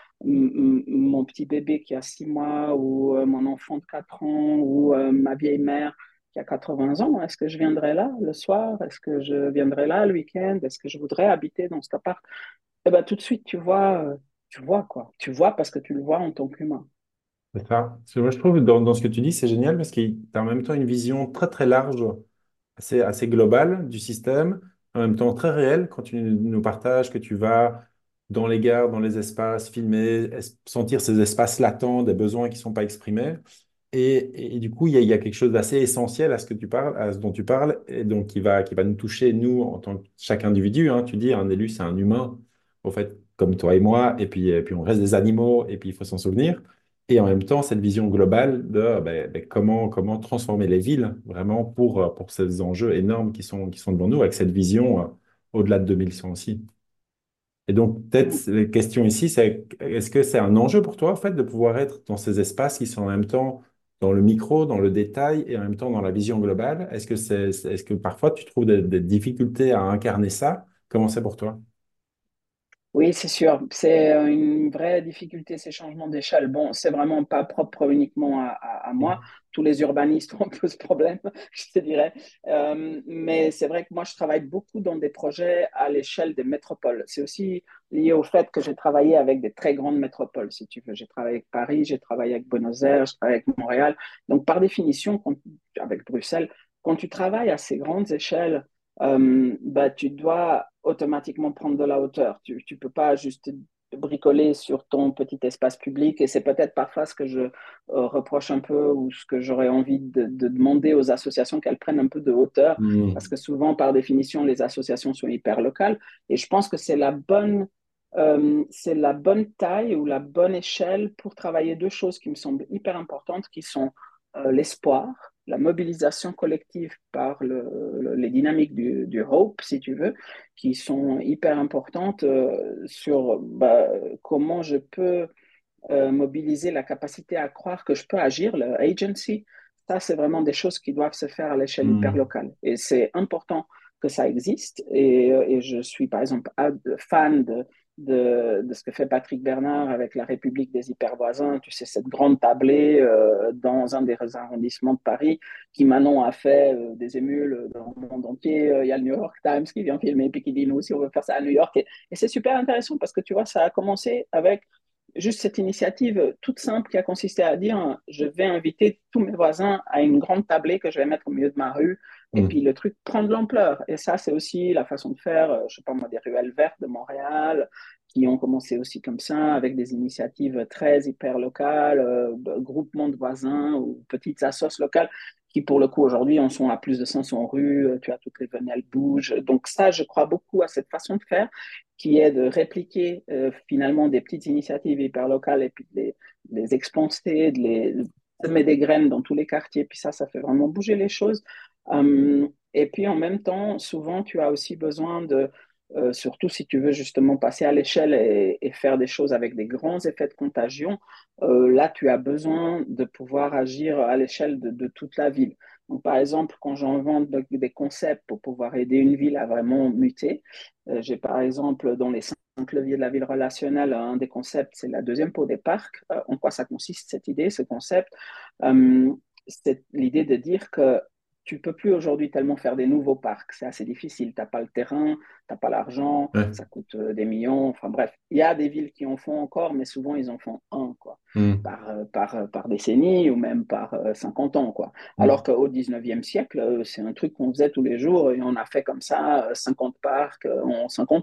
[SPEAKER 2] mon petit bébé qui a 6 mois ou mon enfant de 4 ans ou ma vieille mère qui a 80 ans, est-ce que je viendrai là le soir? Est-ce que je viendrai là le week-end? Est-ce que je voudrais habiter dans cet appart? Eh ben, tout de suite, tu vois quoi. Tu vois parce que tu le vois en tant qu'humain.
[SPEAKER 3] C'est ça. Parce que moi, je trouve dans ce que tu dis, c'est génial parce que tu as en même temps une vision très très large, assez globale du système, en même temps très réelle quand tu nous partages que tu vas dans les gares, dans les espaces, filmer, sentir ces espaces latents, des besoins qui ne sont pas exprimés. Et du coup, il y a quelque chose d'assez essentiel à ce que tu parles, à ce dont tu parles, et donc qui va nous toucher, nous, en tant que chaque individu. Hein. Tu dis, un élu, c'est un humain, au fait, comme toi et moi, et puis on reste des animaux, et puis il faut s'en souvenir. Et en même temps, cette vision globale de comment transformer les villes, vraiment, pour ces enjeux énormes qui sont devant nous, avec cette vision au-delà de 2100 aussi. Et donc, peut-être, la question ici, c'est est-ce que c'est un enjeu pour toi, en fait, de pouvoir être dans ces espaces qui sont en même temps dans le micro, dans le détail et en même temps dans la vision globale? Est-ce que parfois tu trouves des difficultés à incarner ça? Comment c'est pour toi?
[SPEAKER 2] Oui, c'est sûr. C'est une vraie difficulté, ces changements d'échelle. Bon, c'est vraiment pas propre uniquement à moi. Tous les urbanistes ont un peu ce problème, je te dirais. Mais c'est vrai que moi, je travaille beaucoup dans des projets à l'échelle des métropoles. C'est aussi lié au fait que j'ai travaillé avec des très grandes métropoles, si tu veux. J'ai travaillé avec Paris, j'ai travaillé avec Buenos Aires, j'ai travaillé avec Montréal. Donc, par définition, avec Bruxelles, quand tu travailles à ces grandes échelles, bah, tu dois automatiquement prendre de la hauteur. Tu ne peux pas juste bricoler sur ton petit espace public. Et c'est peut-être parfois ce que je reproche un peu ou ce que j'aurais envie de demander aux associations qu'elles prennent un peu de hauteur. Parce
[SPEAKER 3] Hmm.
[SPEAKER 2] que souvent, par définition, les associations sont hyper locales. Et je pense que c'est la bonne taille ou la bonne échelle pour travailler deux choses qui me semblent hyper importantes, qui sont l'espoir, la mobilisation collective par les dynamiques du Hope, si tu veux, qui sont hyper importantes sur bah, comment je peux mobiliser la capacité à croire que je peux agir, le agency. Ça, c'est vraiment des choses qui doivent se faire à l'échelle hyper
[SPEAKER 3] Hmm.
[SPEAKER 2] locale. Et c'est important que ça existe. Et je suis, par exemple, fan de ce que fait Patrick Bernard avec la République des hypervoisins. Tu sais, cette grande tablée dans un des arrondissements de Paris qui maintenant a fait des émules dans le monde entier. Il y a le New York Times qui vient filmer puis qui dit nous aussi on veut faire ça à New York. Et c'est super intéressant parce que tu vois, ça a commencé avec juste cette initiative toute simple qui a consisté à dire je vais inviter tous mes voisins à une grande tablée que je vais mettre au milieu de ma rue et puis
[SPEAKER 3] Hmm.
[SPEAKER 2] le truc prend de l'ampleur et ça c'est aussi la façon de faire je sais pas moi des ruelles vertes de Montréal qui ont commencé aussi comme ça avec des initiatives très hyper locales groupements de voisins ou petites assos locales qui pour le coup aujourd'hui en sont à plus de 500 rues, tu as toutes les venées, elles bougent. Donc ça, je crois beaucoup à cette façon de faire qui est de répliquer finalement des petites initiatives hyper locales et puis de les expanser, de semer des graines dans tous les quartiers. Puis ça fait vraiment bouger les choses. Et puis en même temps, souvent, tu as aussi besoin surtout si tu veux justement passer à l'échelle et faire des choses avec des grands effets de contagion, là, tu as besoin de pouvoir agir à l'échelle de toute la ville. Donc, par exemple, quand j'invente des concepts pour pouvoir aider une ville à vraiment muter, j'ai par exemple dans les 5 leviers de la ville relationnelle, un des concepts, c'est la deuxième peau des parcs. En quoi ça consiste cette idée, ce concept? Euh, c'est l'idée de dire que tu peux plus aujourd'hui tellement faire des nouveaux parcs. C'est assez difficile. Tu n'as pas le terrain, tu n'as pas l'argent,
[SPEAKER 3] Ouais.
[SPEAKER 2] ça coûte des millions. Enfin bref, il y a des villes qui en font encore, mais souvent ils en font un, quoi,
[SPEAKER 3] Hmm.
[SPEAKER 2] par décennie ou même par 50 ans, quoi. Alors
[SPEAKER 3] Hmm.
[SPEAKER 2] qu'au 19e siècle, c'est un truc qu'on faisait tous les jours et on a fait comme ça 50 parcs en 50 ans, quoi.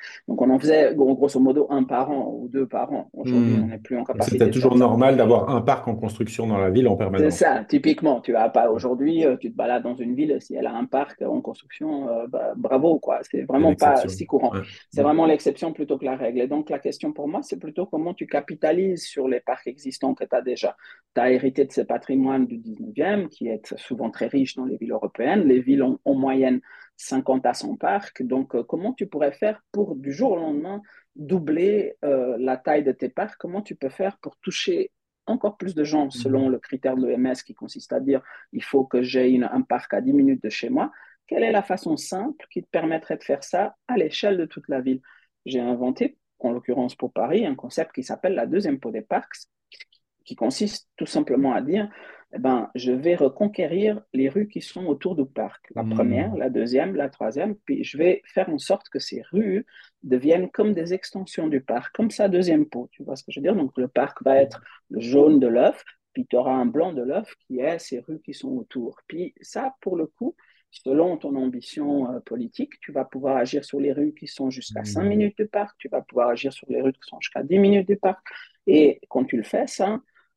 [SPEAKER 2] Donc, on en faisait grosso modo un par an ou deux par an. Aujourd'hui, on
[SPEAKER 3] Hmm.
[SPEAKER 2] n'est plus en
[SPEAKER 3] Donc
[SPEAKER 2] capacité
[SPEAKER 3] c'était
[SPEAKER 2] de faire
[SPEAKER 3] toujours
[SPEAKER 2] ça.
[SPEAKER 3] normal d'avoir un parc en construction dans la ville en
[SPEAKER 2] C'est
[SPEAKER 3] permanence.
[SPEAKER 2] ça, typiquement. Tu vas pas aujourd'hui, tu te balades dans une ville, si elle a un parc en construction, bravo, quoi. C'est
[SPEAKER 3] C'est
[SPEAKER 2] vraiment pas
[SPEAKER 3] l'exception.
[SPEAKER 2] si courant.
[SPEAKER 3] Ouais.
[SPEAKER 2] C'est
[SPEAKER 3] Hmm.
[SPEAKER 2] vraiment l'exception plutôt que la règle. Et donc, la question pour moi, c'est plutôt comment tu capitalises sur les parcs existants que tu as déjà. Tu as hérité de ce patrimoine du 19e, qui est souvent très riche dans les villes européennes. Les villes ont en moyenne 50 à 100 parcs. Donc, comment tu pourrais faire pour, du jour au lendemain, doubler la taille de tes parcs? Comment tu peux faire pour toucher encore plus de gens selon
[SPEAKER 3] Hmm.
[SPEAKER 2] le critère de l'OMS qui consiste à dire il faut que j'ai un parc à 10 minutes de chez moi. Quelle est la façon simple qui te permettrait de faire ça à l'échelle de toute la ville? J'ai inventé, en l'occurrence pour Paris, un concept qui s'appelle la deuxième peau des parcs, qui consiste tout simplement à dire eh ben, je vais reconquérir les rues qui sont autour du parc. La première,
[SPEAKER 3] Hmm.
[SPEAKER 2] la deuxième, la troisième, puis je vais faire en sorte que ces rues deviennent comme des extensions du parc, comme sa deuxième peau. Tu vois ce que je veux dire? Donc le parc va être le jaune de l'œuf, puis tu auras un blanc de l'œuf qui est ces rues qui sont autour. Puis ça, pour le coup, selon ton ambition politique, tu vas pouvoir agir sur les rues qui sont jusqu'à 5
[SPEAKER 3] Hmm.
[SPEAKER 2] minutes du parc, tu vas pouvoir agir sur les rues qui sont jusqu'à 10 minutes du parc. Et quand tu le fais, ça,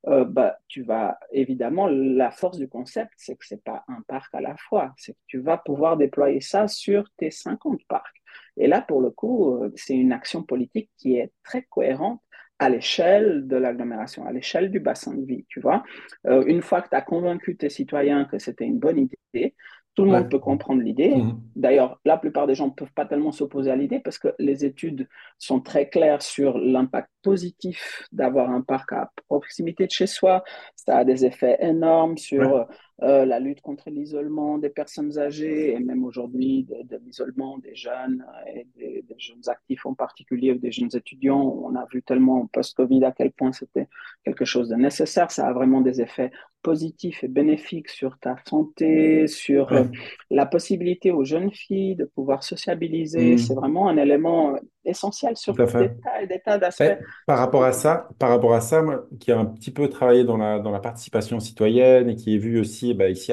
[SPEAKER 2] tu vas évidemment, la force du concept, c'est que c'est pas un parc à la fois, c'est que tu vas pouvoir déployer ça sur tes 50 parcs. Et là, pour le coup, c'est une action politique qui est très cohérente à l'échelle de l'agglomération, à l'échelle du bassin de vie, tu vois. Une fois que tu as convaincu tes citoyens que c'était une bonne idée, tout le
[SPEAKER 3] Ouais.
[SPEAKER 2] monde peut comprendre l'idée.
[SPEAKER 3] Hmm.
[SPEAKER 2] D'ailleurs, la plupart des gens ne peuvent pas tellement s'opposer à l'idée parce que les études sont très claires sur l'impact positif d'avoir un parc à proximité de chez soi. Ça a des effets énormes
[SPEAKER 3] Ouais.
[SPEAKER 2] sur la lutte contre l'isolement des personnes âgées et même aujourd'hui de l'isolement des jeunes et des jeunes actifs en particulier, ou des jeunes étudiants. On a vu tellement post-Covid à quel point c'était quelque chose de nécessaire. Ça a vraiment des effets positifs et bénéfiques sur ta santé, sur
[SPEAKER 3] Ouais.
[SPEAKER 2] la possibilité aux jeunes filles de pouvoir sociabiliser. C'est
[SPEAKER 3] Hmm.
[SPEAKER 2] vraiment un élément essentiel
[SPEAKER 3] Tout
[SPEAKER 2] sur
[SPEAKER 3] à fait.
[SPEAKER 2] des tas d'aspects.
[SPEAKER 3] Mais par rapport à ça, moi, qui a un petit peu travaillé dans la participation citoyenne et qui est vu aussi bah, ici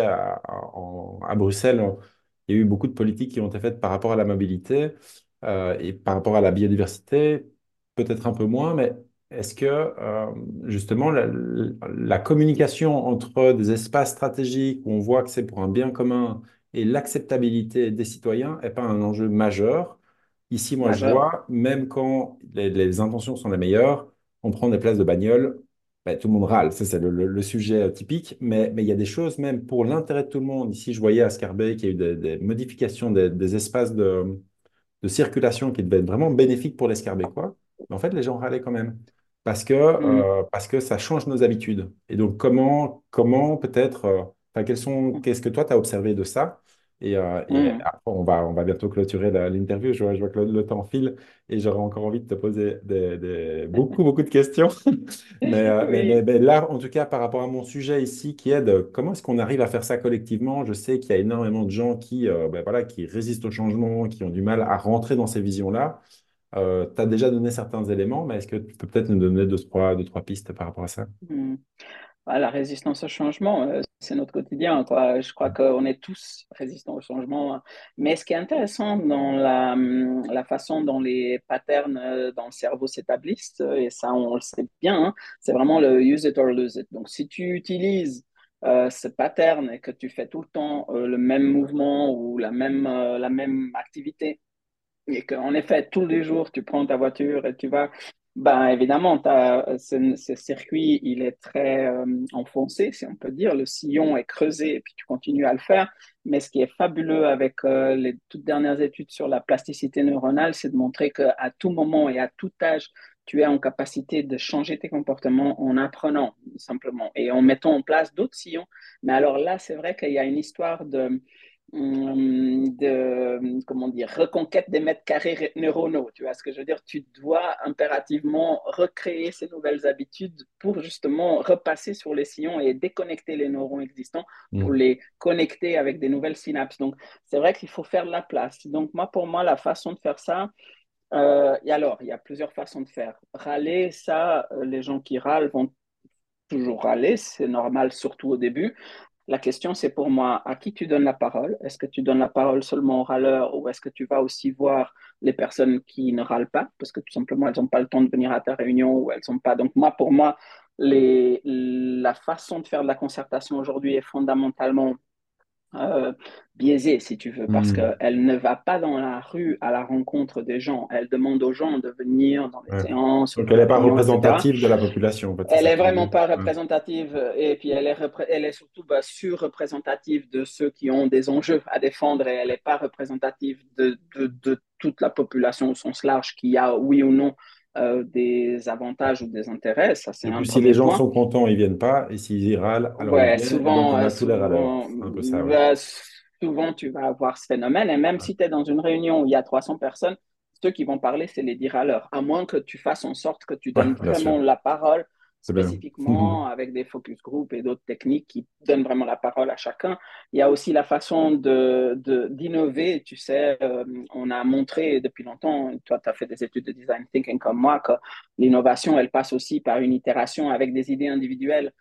[SPEAKER 3] à Bruxelles, il y a eu beaucoup de politiques qui ont été faites par rapport à la mobilité et par rapport à la biodiversité, peut-être un peu moins, mais est-ce que justement la communication entre des espaces stratégiques où on voit que c'est pour un bien commun et l'acceptabilité des citoyens n'est pas un enjeu majeur? Ici, moi, je
[SPEAKER 2] Majeur.
[SPEAKER 3] vois, même quand les intentions sont les meilleures, on prend des places de bagnole, ben, tout le monde râle. Ça, c'est le sujet typique. Mais il y a des choses, même pour l'intérêt de tout le monde. Ici, je voyais à Scarbeck qu'il y a eu des modifications des espaces de circulation qui devaient être vraiment bénéfiques pour les Scarbecquois. Mais en fait, les gens râlaient quand même.
[SPEAKER 2] Mm.
[SPEAKER 3] Parce que ça change nos habitudes. Et donc, comment peut-être, enfin, qu'est-ce que toi, tu as observé de ça? Et
[SPEAKER 2] Mm.
[SPEAKER 3] après, on va bientôt clôturer l'interview. Je vois que le temps file et j'aurais encore envie de te poser beaucoup, beaucoup de questions. Mais
[SPEAKER 2] Oui.
[SPEAKER 3] là, en tout cas, par rapport à mon sujet ici, qui est de comment est-ce qu'on arrive à faire ça collectivement, je sais qu'il y a énormément de gens voilà, qui résistent au changement, qui ont du mal à rentrer dans ces visions-là. Tu as déjà donné certains éléments, mais est-ce que tu peux peut-être nous donner deux, trois pistes par rapport à ça?
[SPEAKER 2] Mm. La résistance au changement, c'est notre quotidien, quoi. Je crois qu'on est tous résistants au changement. Mais ce qui est intéressant dans la façon dont les patterns dans le cerveau s'établissent, et ça on le sait bien, hein, c'est vraiment le use it or lose it. Donc si tu utilises ce pattern et que tu fais tout le temps le même mouvement ou la même activité, et qu'en effet, tous les jours, tu prends ta voiture et tu vas, ben évidemment, ce circuit, il est très enfoncé, si on peut dire. Le sillon est creusé et puis tu continues à le faire. Mais ce qui est fabuleux avec les toutes dernières études sur la plasticité neuronale, c'est de montrer qu'à tout moment et à tout âge, tu es en capacité de changer tes comportements en apprenant simplement et en mettant en place d'autres sillons. Mais alors là, c'est vrai qu'il y a une histoire comment dire, reconquête des mètres carrés neuronaux. Tu vois ce que je veux dire? Tu dois impérativement recréer ces nouvelles habitudes pour justement repasser sur les sillons et déconnecter les neurones existants pour
[SPEAKER 3] Mm.
[SPEAKER 2] les connecter avec des nouvelles synapses. Donc, c'est vrai qu'il faut faire de la place. Donc, pour moi, la façon de faire ça, et alors, il y a plusieurs façons de faire. Râler, ça, les gens qui râlent vont toujours râler, c'est normal, surtout au début. La question, c'est pour moi, à qui tu donnes la parole? Est-ce que tu donnes la parole seulement aux râleurs ou est-ce que tu vas aussi voir les personnes qui ne râlent pas parce que tout simplement, elles n'ont pas le temps de venir à ta réunion ou elles sont pas. Donc, moi, pour moi, la façon de faire de la concertation aujourd'hui est fondamentalement euh, biaisée, si tu veux, parce
[SPEAKER 3] Hmm.
[SPEAKER 2] qu'elle ne va pas dans la rue à la rencontre des gens. Elle demande aux gens de venir dans les
[SPEAKER 3] Ouais.
[SPEAKER 2] séances ou
[SPEAKER 3] Donc,
[SPEAKER 2] les
[SPEAKER 3] elle n'est pas
[SPEAKER 2] réunions, etc.
[SPEAKER 3] représentative de la population, en fait, c'est
[SPEAKER 2] Elle
[SPEAKER 3] ça
[SPEAKER 2] est
[SPEAKER 3] que tu veux
[SPEAKER 2] vraiment
[SPEAKER 3] dire.
[SPEAKER 2] pas
[SPEAKER 3] Ouais.
[SPEAKER 2] représentative et puis elle est surtout surreprésentative de ceux qui ont des enjeux à défendre et elle n'est pas représentative de toute la population au sens large qui a, oui ou non, des avantages ou des intérêts. Ça, c'est
[SPEAKER 3] Du coup,
[SPEAKER 2] un
[SPEAKER 3] si les
[SPEAKER 2] premier
[SPEAKER 3] gens
[SPEAKER 2] point.
[SPEAKER 3] sont contents, ils viennent pas, et s'ils y râlent, alors ils
[SPEAKER 2] Ouais,
[SPEAKER 3] viennent, et donc on
[SPEAKER 2] souvent,
[SPEAKER 3] a tous les râleurs. C'est un peu ça, ouais.
[SPEAKER 2] souvent, tu vas avoir ce phénomène. Et même
[SPEAKER 3] Ouais,
[SPEAKER 2] si tu es dans une réunion où il y a 300 personnes, ceux qui vont parler, c'est les 10 râleurs. À moins que tu fasses en sorte que tu
[SPEAKER 3] ouais,
[SPEAKER 2] donnes
[SPEAKER 3] bien sûr.
[SPEAKER 2] vraiment la parole
[SPEAKER 3] C'est bien.
[SPEAKER 2] spécifiquement avec des focus group et d'autres techniques qui donnent vraiment la parole à chacun. Il y a aussi la façon d'innover. Tu sais, on a montré depuis longtemps, toi, tu as fait des études de design thinking comme moi, que l'innovation, elle passe aussi par une itération avec des idées individuelles.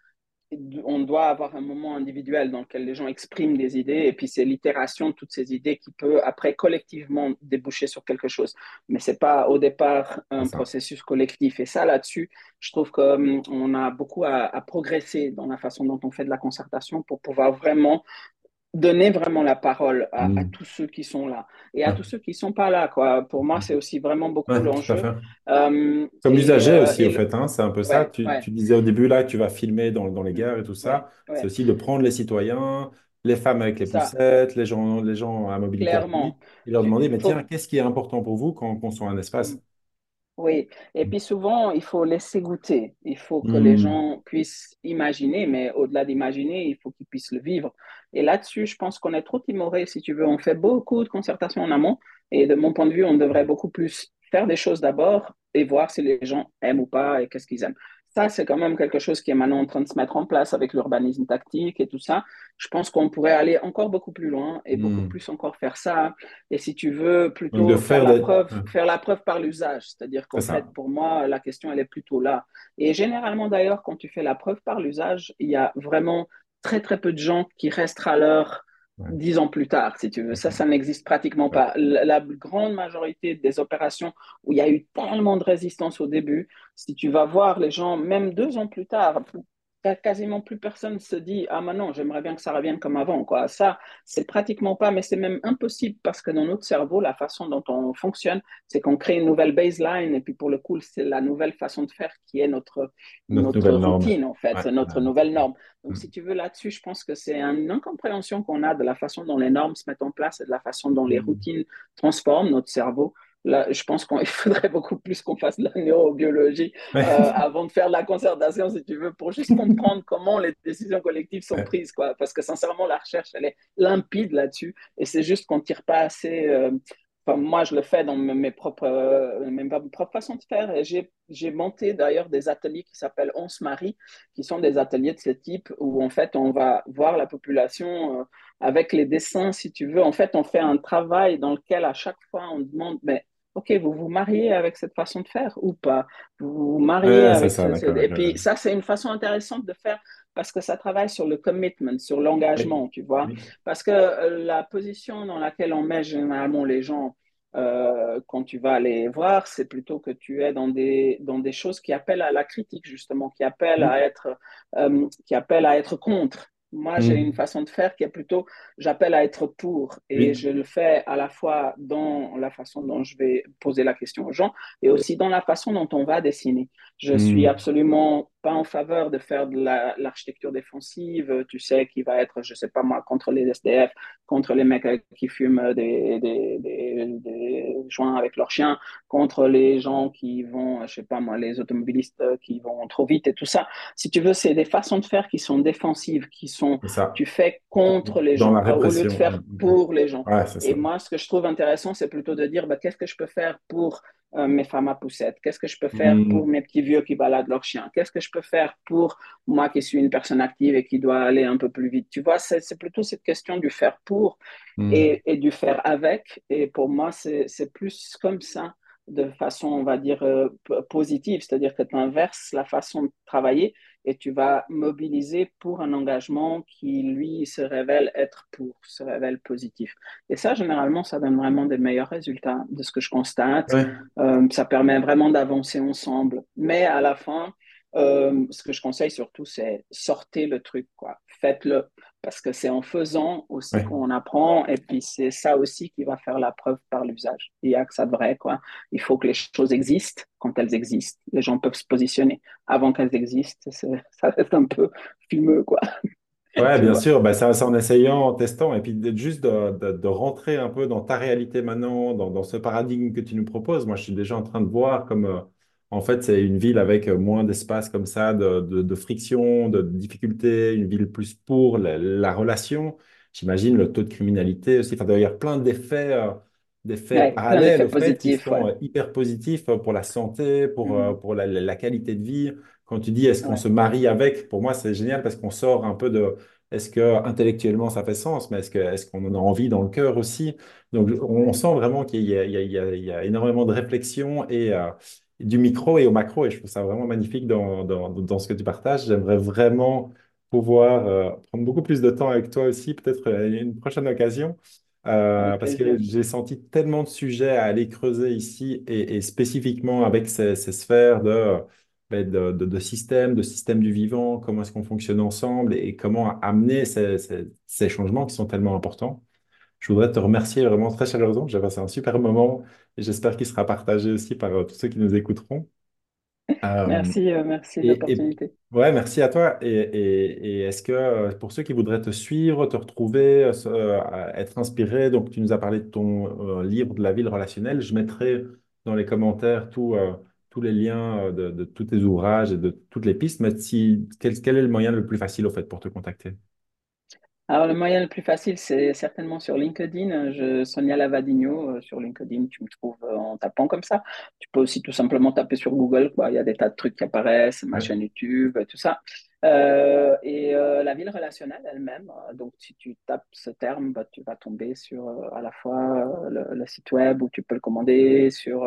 [SPEAKER 2] On doit avoir un moment individuel dans lequel les gens expriment des idées et puis c'est l'itération de toutes ces idées qui peut après collectivement déboucher sur quelque chose. Mais c'est pas au départ
[SPEAKER 3] C'est
[SPEAKER 2] un
[SPEAKER 3] ça.
[SPEAKER 2] processus collectif. Et ça, là-dessus, je trouve qu'on a beaucoup à progresser dans la façon dont on fait de la concertation pour pouvoir vraiment donner vraiment la parole à
[SPEAKER 3] Hmm.
[SPEAKER 2] tous ceux qui sont là et à
[SPEAKER 3] Ouais.
[SPEAKER 2] tous ceux qui sont pas là, quoi. Pour moi, c'est aussi vraiment beaucoup
[SPEAKER 3] Ouais, tout à
[SPEAKER 2] l'enjeu.
[SPEAKER 3] fait.
[SPEAKER 2] Euh,
[SPEAKER 3] Comme l'usager aussi,
[SPEAKER 2] et
[SPEAKER 3] au fait, hein, c'est un peu ça.
[SPEAKER 2] ouais,
[SPEAKER 3] Tu,
[SPEAKER 2] ouais,
[SPEAKER 3] tu disais au début, là, que tu vas filmer dans les gares et tout
[SPEAKER 2] ouais,
[SPEAKER 3] ça. C'est
[SPEAKER 2] ouais,
[SPEAKER 3] aussi de prendre les citoyens, les femmes avec les
[SPEAKER 2] c'est ça,
[SPEAKER 3] poussettes, les gens à mobilité réduite,
[SPEAKER 2] clairement.
[SPEAKER 3] et leur demander, mais tiens,
[SPEAKER 2] Faut,
[SPEAKER 3] qu'est-ce qui est important pour vous quand on construit un espace?
[SPEAKER 2] oui, et puis souvent, il faut laisser goûter. Il faut que les
[SPEAKER 3] Hmm.
[SPEAKER 2] gens puissent imaginer, mais au-delà d'imaginer, il faut qu'ils puissent le vivre. Et là-dessus, je pense qu'on est trop timoré, si tu veux. On fait beaucoup de concertation en amont, et de mon point de vue, on devrait beaucoup plus faire des choses d'abord et voir si les gens aiment ou pas et qu'est-ce qu'ils aiment. Ça, c'est quand même quelque chose qui est maintenant en train de se mettre en place avec l'urbanisme tactique et tout ça. Je pense qu'on pourrait aller encore beaucoup plus loin et beaucoup
[SPEAKER 3] Hmm.
[SPEAKER 2] plus encore faire ça et si tu veux,
[SPEAKER 3] Donc de
[SPEAKER 2] plutôt
[SPEAKER 3] faire des... Ouais,
[SPEAKER 2] faire la preuve par l'usage. C'est-à-dire
[SPEAKER 3] c'est
[SPEAKER 2] qu'en fait,
[SPEAKER 3] ça.
[SPEAKER 2] pour moi, la question, elle est plutôt là. Et généralement, d'ailleurs, quand tu fais la preuve par l'usage, il y a vraiment très, très peu de gens qui restent à l'heure
[SPEAKER 3] Ouais,
[SPEAKER 2] 10 ans plus tard, si tu veux.
[SPEAKER 3] ok.
[SPEAKER 2] Ça n'existe pratiquement
[SPEAKER 3] Ouais.
[SPEAKER 2] pas. La grande majorité des opérations où il y a eu tellement de résistance au début, si tu vas voir les gens, même 2 ans plus tard, quasiment plus personne se dit ah maintenant j'aimerais bien que ça revienne comme avant quoi. Ça c'est pratiquement pas, mais c'est même impossible parce que dans notre cerveau, la façon dont on fonctionne, c'est qu'on crée une nouvelle baseline et puis pour le coup, c'est la nouvelle façon de faire qui est
[SPEAKER 3] Notre
[SPEAKER 2] notre
[SPEAKER 3] nouvelle norme.
[SPEAKER 2] routine en fait,
[SPEAKER 3] Ouais.
[SPEAKER 2] c'est notre nouvelle norme. Donc
[SPEAKER 3] Hmm.
[SPEAKER 2] si tu veux là-dessus, je pense que c'est une incompréhension qu'on a de la façon dont les normes se mettent en place et de la façon dont les
[SPEAKER 3] Hmm.
[SPEAKER 2] routines transforment notre cerveau. Là, je pense qu'il faudrait beaucoup plus qu'on fasse de la neurobiologie avant de faire de la concertation, si tu veux, pour juste comprendre comment les décisions collectives sont
[SPEAKER 3] Ouais.
[SPEAKER 2] prises, quoi. Parce que sincèrement, la recherche, elle est limpide là-dessus, et c'est juste qu'on tire pas assez. Enfin, moi, je le fais dans mes propres façons de faire. Et j'ai monté d'ailleurs des ateliers qui s'appellent On se marie, qui sont des ateliers de ce type où en fait on va voir la population avec les dessins, si tu veux. En fait, on fait un travail dans lequel à chaque fois on demande, mais OK, vous vous mariez avec cette façon de faire ou pas? Vous vous mariez
[SPEAKER 3] Ouais, c'est
[SPEAKER 2] avec
[SPEAKER 3] ça, d'accord.
[SPEAKER 2] Et puis ça, c'est une façon intéressante de faire parce que ça travaille sur le commitment, sur
[SPEAKER 3] Oui,
[SPEAKER 2] l'engagement, tu vois.
[SPEAKER 3] oui.
[SPEAKER 2] Parce que la position dans laquelle on met généralement les gens quand tu vas les voir, c'est plutôt que tu es dans des choses qui appellent à la critique, justement,
[SPEAKER 3] Oui.
[SPEAKER 2] qui appellent à être contre. Moi, j'ai une
[SPEAKER 3] Hmm.
[SPEAKER 2] façon de faire qui est plutôt, j'appelle à être pour, et
[SPEAKER 3] Oui.
[SPEAKER 2] je le fais à la fois dans la façon dont je vais poser la question aux gens et aussi dans la façon dont on va dessiner. Je suis
[SPEAKER 3] Hmm.
[SPEAKER 2] absolument pas en faveur de faire de l'architecture défensive, tu sais, qui va être, je sais pas moi, contre les SDF, contre les mecs qui fument des joints avec leurs chiens, contre les gens qui vont, je sais pas moi, les automobilistes qui vont trop vite et tout ça. Si tu veux, c'est des façons de faire qui sont défensives,
[SPEAKER 3] C'est ça.
[SPEAKER 2] tu fais contre les
[SPEAKER 3] Dans
[SPEAKER 2] gens,
[SPEAKER 3] la
[SPEAKER 2] au lieu de
[SPEAKER 3] répression. Hmm,
[SPEAKER 2] faire
[SPEAKER 3] hmm, hmm.
[SPEAKER 2] pour les gens.
[SPEAKER 3] Ouais, c'est
[SPEAKER 2] Et
[SPEAKER 3] ça.
[SPEAKER 2] moi, ce que je trouve intéressant, c'est plutôt de dire, bah, qu'est-ce que je peux faire pour mes femmes à poussettes? Qu'est-ce que je peux faire pour
[SPEAKER 3] Hmm.
[SPEAKER 2] mes petits vieux qui baladent leurs chiens? Qu'est-ce que je peux faire pour moi qui suis une personne active et qui doit aller un peu plus vite? Tu vois, c'est plutôt cette question du faire pour
[SPEAKER 3] Hmm.
[SPEAKER 2] et du faire avec. Et pour moi, c'est plus comme ça, de façon, on va dire, positive, c'est-à-dire que tu inverses la façon de travailler et tu vas mobiliser pour un engagement qui, lui, se révèle positif. Et ça, généralement, ça donne vraiment des meilleurs résultats de ce que je constate.
[SPEAKER 3] Ouais.
[SPEAKER 2] Ça permet vraiment d'avancer ensemble. Mais à la fin, ce que je conseille surtout, c'est sortez le truc, quoi. Faites-le. Parce que c'est en faisant aussi
[SPEAKER 3] Ouais.
[SPEAKER 2] qu'on apprend. Et puis, c'est ça aussi qui va faire la preuve par l'usage. Il y a que ça de vrai, quoi. Il faut que les choses existent quand elles existent. Les gens peuvent se positionner. Avant qu'elles existent, ça reste un peu fumeux, quoi.
[SPEAKER 3] Ouais,
[SPEAKER 2] Tu
[SPEAKER 3] bien
[SPEAKER 2] vois.
[SPEAKER 3] sûr, bah, c'est en essayant, en testant, et puis juste de rentrer un peu dans ta réalité maintenant, dans ce paradigme que tu nous proposes. Moi, je suis déjà en train de voir comme, en fait, c'est une ville avec moins d'espace comme ça, de friction, de difficultés, une ville plus pour la relation. J'imagine le taux de criminalité aussi. Enfin, il y a plein d'effets
[SPEAKER 2] Ouais, plein
[SPEAKER 3] parallèles,
[SPEAKER 2] d'effets
[SPEAKER 3] au fait, qui
[SPEAKER 2] positifs, ouais.
[SPEAKER 3] sont hyper positifs pour la santé,
[SPEAKER 2] Mhm.
[SPEAKER 3] pour la qualité de vie. Quand tu dis est-ce qu'on
[SPEAKER 2] Ouais,
[SPEAKER 3] se marie avec, pour moi, c'est génial parce qu'on sort un peu de est-ce que intellectuellement ça fait sens, mais est-ce qu'on en a envie dans le cœur aussi? Donc on sent vraiment qu'il y a, il y a- il y a- il y a énormément de réflexion et du micro et au macro, et je trouve ça vraiment magnifique dans ce que tu partages. J'aimerais vraiment pouvoir prendre beaucoup plus de temps avec toi aussi, peut-être une prochaine occasion,
[SPEAKER 2] avec
[SPEAKER 3] parce que
[SPEAKER 2] plaisir.
[SPEAKER 3] j'ai senti tellement de sujets à aller creuser ici et spécifiquement avec ces sphères de systèmes du vivant, comment est-ce qu'on fonctionne ensemble et comment amener ces changements qui sont tellement importants. Je voudrais te remercier vraiment très chaleureusement. J'ai passé un super moment et j'espère qu'il sera partagé aussi par tous ceux qui nous écouteront. Euh,
[SPEAKER 2] Merci de
[SPEAKER 3] et
[SPEAKER 2] l'opportunité.
[SPEAKER 3] ouais, merci à toi. Et est-ce que pour ceux qui voudraient te suivre, te retrouver, être inspiré, donc tu nous as parlé de ton livre de la ville relationnelle, je mettrai dans les commentaires tous les liens de tous tes ouvrages et de toutes les pistes. Mais quel est le moyen le plus facile au fait pour te contacter?
[SPEAKER 2] Alors, le moyen le plus facile, c'est certainement sur LinkedIn. Sonia Lavadino, sur LinkedIn, tu me trouves en tapant comme ça. Tu peux aussi tout simplement taper sur Google, quoi. Il y a des tas de trucs qui apparaissent, ma
[SPEAKER 3] Ouais,
[SPEAKER 2] chaîne YouTube, tout ça. La ville relationnelle elle-même, donc si tu tapes ce terme, bah, tu vas tomber sur à la fois le site web où tu peux le commander, sur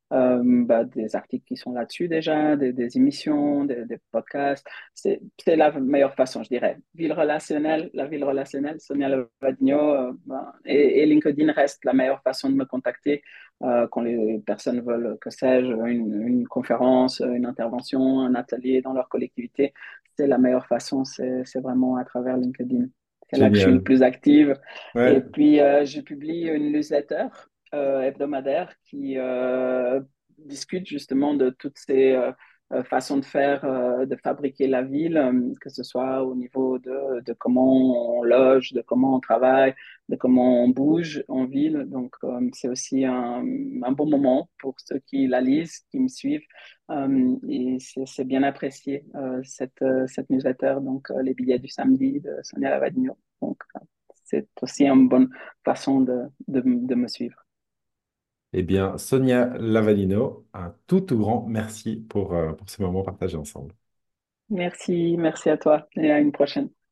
[SPEAKER 2] des articles qui sont là-dessus déjà, des émissions, des podcasts. C'est la meilleure façon, je dirais. La ville relationnelle, Sonia Levadino, et LinkedIn reste la meilleure façon de me contacter quand les personnes veulent, que sais-je, une conférence, une intervention, un atelier dans leur collectivité. C'est la meilleure façon, c'est vraiment à travers LinkedIn. C'est là que je suis le
[SPEAKER 3] génial.
[SPEAKER 2] plus active. Et
[SPEAKER 3] Ouais.
[SPEAKER 2] puis, je publie une newsletter hebdomadaire qui discute justement de toutes ces façon de faire, de fabriquer la ville, que ce soit au niveau de comment on loge, de comment on travaille, de comment on bouge en ville. Donc, c'est aussi un bon moment pour ceux qui la lisent, qui me suivent. Et c'est bien apprécié, cette newsletter, donc les billets du samedi de Sonia Lavagno. Donc, c'est aussi une bonne façon de me suivre.
[SPEAKER 3] Eh bien, Sonia Lavalino, un tout grand merci pour ce moment partagé ensemble.
[SPEAKER 2] Merci à toi et à une prochaine.